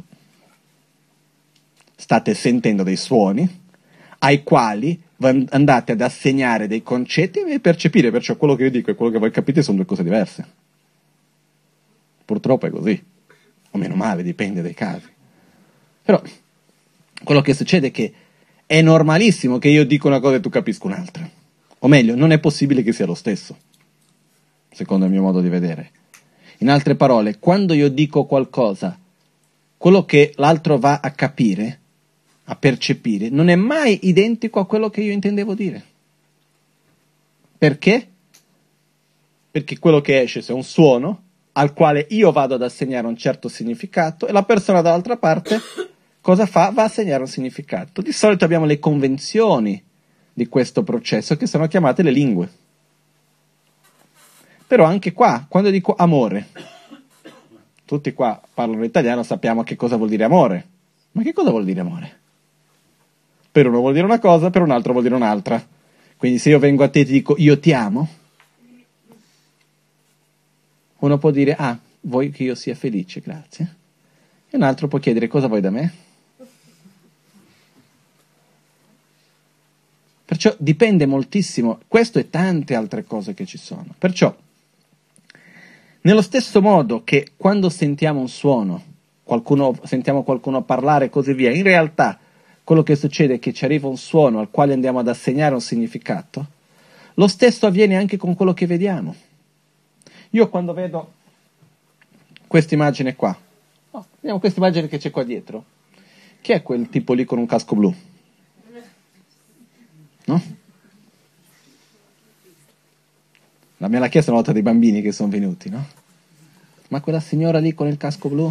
State sentendo dei suoni ai quali andate ad assegnare dei concetti e percepire, perciò quello che io dico e quello che voi capite sono due cose diverse. Purtroppo è così, o meno male, dipende dai casi. Però quello che succede è che è normalissimo che io dica una cosa e tu capisca un'altra. O meglio, non è possibile che sia lo stesso, secondo il mio modo di vedere. In altre parole, quando io dico qualcosa, quello che l'altro va a capire, a percepire, non è mai identico a quello che io intendevo dire. Perché? Perché quello che esce è un suono al quale io vado ad assegnare un certo significato e la persona dall'altra parte cosa fa? Va a assegnare un significato. Di solito abbiamo le convenzioni di questo processo che sono chiamate le lingue. Però anche qua, quando dico amore, tutti qua parlano italiano, sappiamo che cosa vuol dire amore. Ma che cosa vuol dire amore? Per uno vuol dire una cosa, per un altro vuol dire un'altra. Quindi se io vengo a te e ti dico io ti amo, uno può dire vuoi che io sia felice, grazie. E un altro può chiedere cosa vuoi da me? Perciò dipende moltissimo, questo e tante altre cose che ci sono. Perciò, nello stesso modo che quando sentiamo un suono, sentiamo qualcuno parlare e così via, in realtà quello che succede è che ci arriva un suono al quale andiamo ad assegnare un significato, lo stesso avviene anche con quello che vediamo. Io quando vedo questa immagine qua, vediamo questa immagine che c'è qua dietro, chi è quel tipo lì con un casco blu? No? Me l'ha chiesto una volta dei bambini che sono venuti, no? Ma quella signora lì con il casco blu?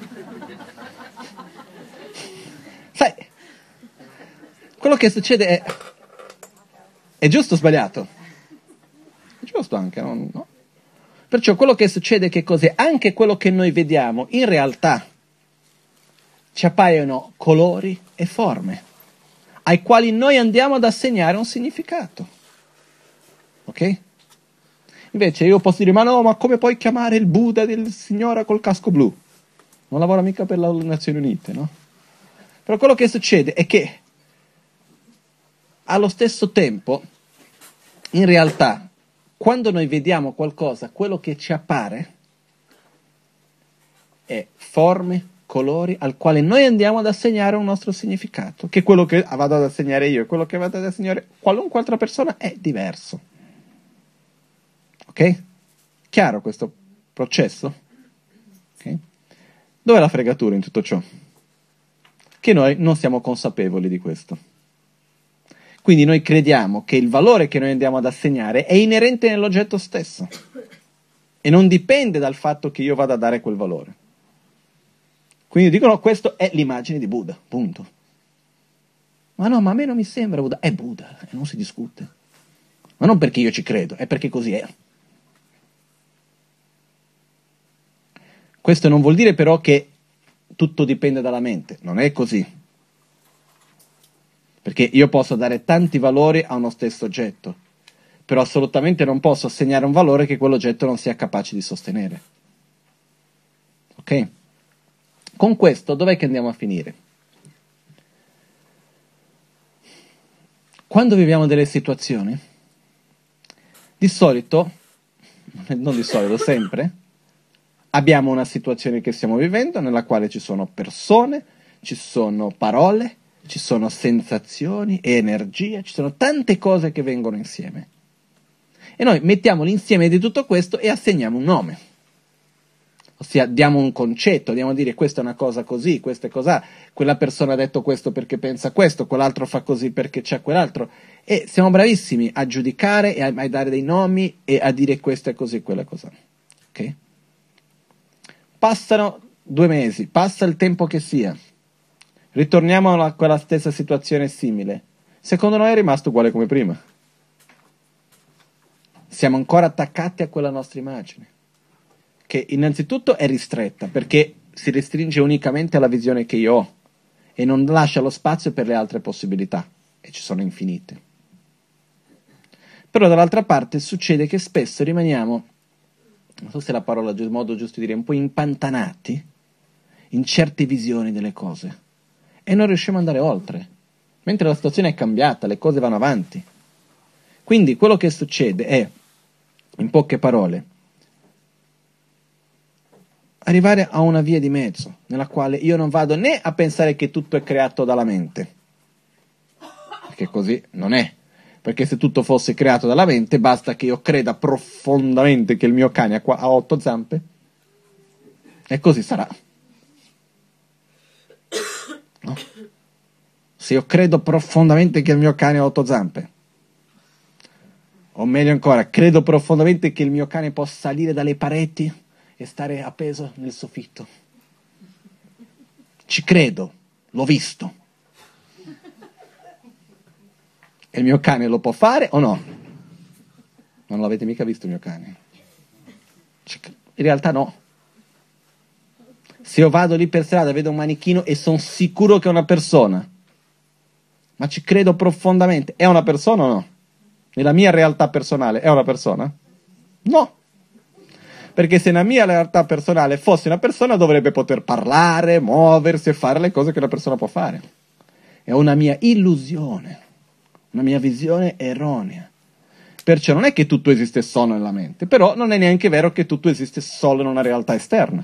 Sai, quello che succede è giusto o sbagliato? È giusto anche, no? Perciò quello che succede è che cos'è? Anche quello che noi vediamo, in realtà, ci appaiono colori e forme, ai quali noi andiamo ad assegnare un significato. Ok? Invece io posso dire, ma come puoi chiamare il Buddha del signora col casco blu? Non lavora mica per le Nazioni Unite, no? Però quello che succede è che, allo stesso tempo, in realtà, quando noi vediamo qualcosa, quello che ci appare è forme, colori, al quale noi andiamo ad assegnare un nostro significato, che quello che vado ad assegnare io e quello che vado ad assegnare qualunque altra persona è diverso. Ok? Chiaro questo processo? Okay? Dov'è la fregatura in tutto ciò? Che noi non siamo consapevoli di questo. Quindi noi crediamo che il valore che noi andiamo ad assegnare è inerente nell'oggetto stesso e non dipende dal fatto che io vada a dare quel valore. Quindi dicono, questo è l'immagine di Buddha, punto. Ma no, ma a me non mi sembra Buddha. È Buddha, non si discute. Ma non perché io ci credo, è perché così è. Questo non vuol dire però che tutto dipende dalla mente, non è così. Perché io posso dare tanti valori a uno stesso oggetto, però assolutamente non posso assegnare un valore che quell'oggetto non sia capace di sostenere. Ok? Con questo dov'è che andiamo a finire? Quando viviamo delle situazioni, di solito, non di solito, sempre, abbiamo una situazione che stiamo vivendo nella quale ci sono persone, ci sono parole, ci sono sensazioni e energia, ci sono tante cose che vengono insieme. E noi mettiamo l'insieme di tutto questo e assegniamo un nome. Ossia diamo un concetto, andiamo a dire questa è una cosa così, questa è cos'ha, quella persona ha detto questo perché pensa questo, quell'altro fa così perché c'è quell'altro. E siamo bravissimi a giudicare e a dare dei nomi e a dire questo è così, quella è cos'ha. Ok? Passano 2 mesi, passa il tempo che sia. Ritorniamo a quella stessa situazione simile. Secondo noi è rimasto uguale come prima. Siamo ancora attaccati a quella nostra immagine, che innanzitutto è ristretta, perché si restringe unicamente alla visione che io ho. e non lascia lo spazio per le altre possibilità, e ci sono infinite. Però dall'altra parte succede che spesso rimaniamo, non so se la parola è il modo giusto di dire, un po' impantanati in certe visioni delle cose e non riusciamo ad andare oltre, mentre la situazione è cambiata, le cose vanno avanti. Quindi quello che succede è, in poche parole, arrivare a una via di mezzo, nella quale io non vado né a pensare che tutto è creato dalla mente, perché così non è. Perché se tutto fosse creato dalla mente, basta che io creda profondamente che il mio cane ha 8 zampe, e così sarà. No? Se io credo profondamente che il mio cane ha 8 zampe, o meglio ancora, credo profondamente che il mio cane possa salire dalle pareti e stare appeso nel soffitto. Ci credo, l'ho visto. E il mio cane lo può fare o no? Non l'avete mica visto il mio cane? In realtà no. Se io vado lì per strada, vedo un manichino e sono sicuro che è una persona, ma ci credo profondamente, è una persona o no? Nella mia realtà personale è una persona? No. Perché se nella mia realtà personale fosse una persona, dovrebbe poter parlare, muoversi e fare le cose che una persona può fare. È una mia illusione, una mia visione erronea. Perciò non è che tutto esiste solo nella mente, però non è neanche vero che tutto esiste solo in una realtà esterna.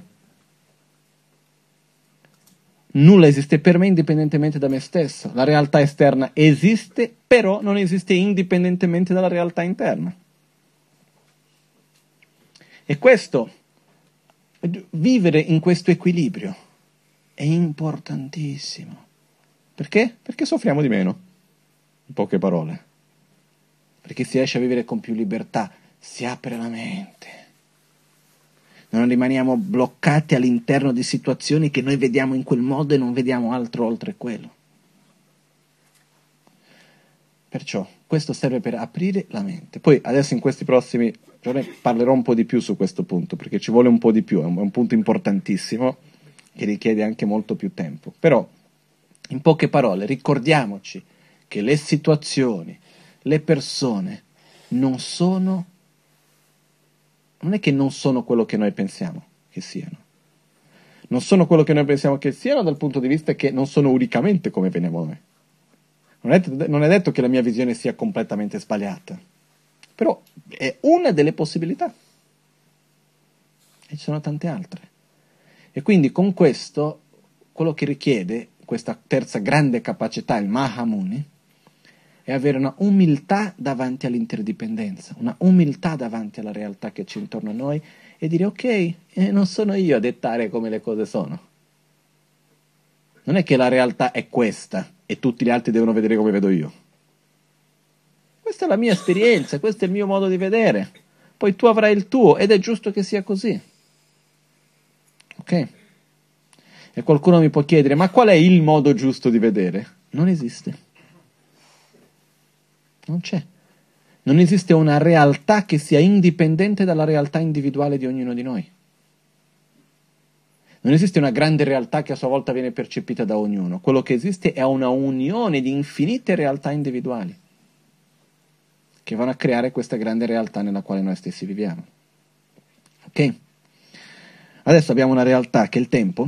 Nulla esiste per me indipendentemente da me stesso. La realtà esterna esiste, però non esiste indipendentemente dalla realtà interna. E questo, vivere in questo equilibrio, è importantissimo. Perché? Perché soffriamo di meno, in poche parole. Perché si riesce a vivere con più libertà, si apre la mente. Non rimaniamo bloccati all'interno di situazioni che noi vediamo in quel modo e non vediamo altro oltre quello. Perciò questo serve per aprire la mente. Poi adesso in questi prossimi giorni parlerò un po' di più su questo punto, perché ci vuole un po' di più, è un punto importantissimo che richiede anche molto più tempo. Però, in poche parole, ricordiamoci che le situazioni, le persone non è che non sono quello che noi pensiamo che siano. Non sono quello che noi pensiamo che siano dal punto di vista che non sono unicamente come veniamo noi. Non è detto che la mia visione sia completamente sbagliata, però è una delle possibilità. E ci sono tante altre. E quindi con questo, quello che richiede questa terza grande capacità, il Mahamuni, è avere una umiltà davanti all'interdipendenza, una umiltà davanti alla realtà che c'è intorno a noi e dire ok, non sono io a dettare come le cose sono. Non è che la realtà è questa e tutti gli altri devono vedere come vedo io. Questa è la mia esperienza, questo è il mio modo di vedere. Poi tu avrai il tuo ed è giusto che sia così. Ok? E qualcuno mi può chiedere, ma qual è il modo giusto di vedere? Non esiste. Non c'è. Non esiste una realtà che sia indipendente dalla realtà individuale di ognuno di noi. Non esiste una grande realtà che a sua volta viene percepita da ognuno. Quello che esiste è una unione di infinite realtà individuali che vanno a creare questa grande realtà nella quale noi stessi viviamo. Ok? Adesso abbiamo una realtà che è il tempo,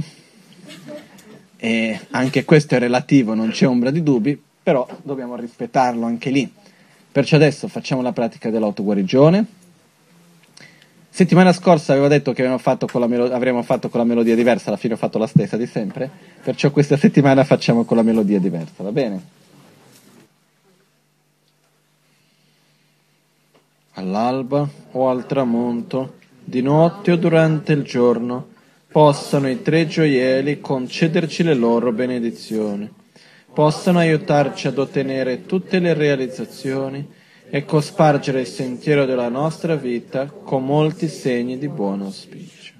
e anche questo è relativo, non c'è ombra di dubbi, però dobbiamo rispettarlo anche lì. Perciò adesso facciamo la pratica dell'autoguarigione. Settimana scorsa avevo detto che avremmo fatto con la melodia diversa, alla fine ho fatto la stessa di sempre, perciò questa settimana facciamo con la melodia diversa, va bene? All'alba o al tramonto, di notte o durante il giorno, possano i tre gioielli concederci le loro benedizioni, possano aiutarci ad ottenere tutte le realizzazioni e cospargere il sentiero della nostra vita con molti segni di buon auspicio.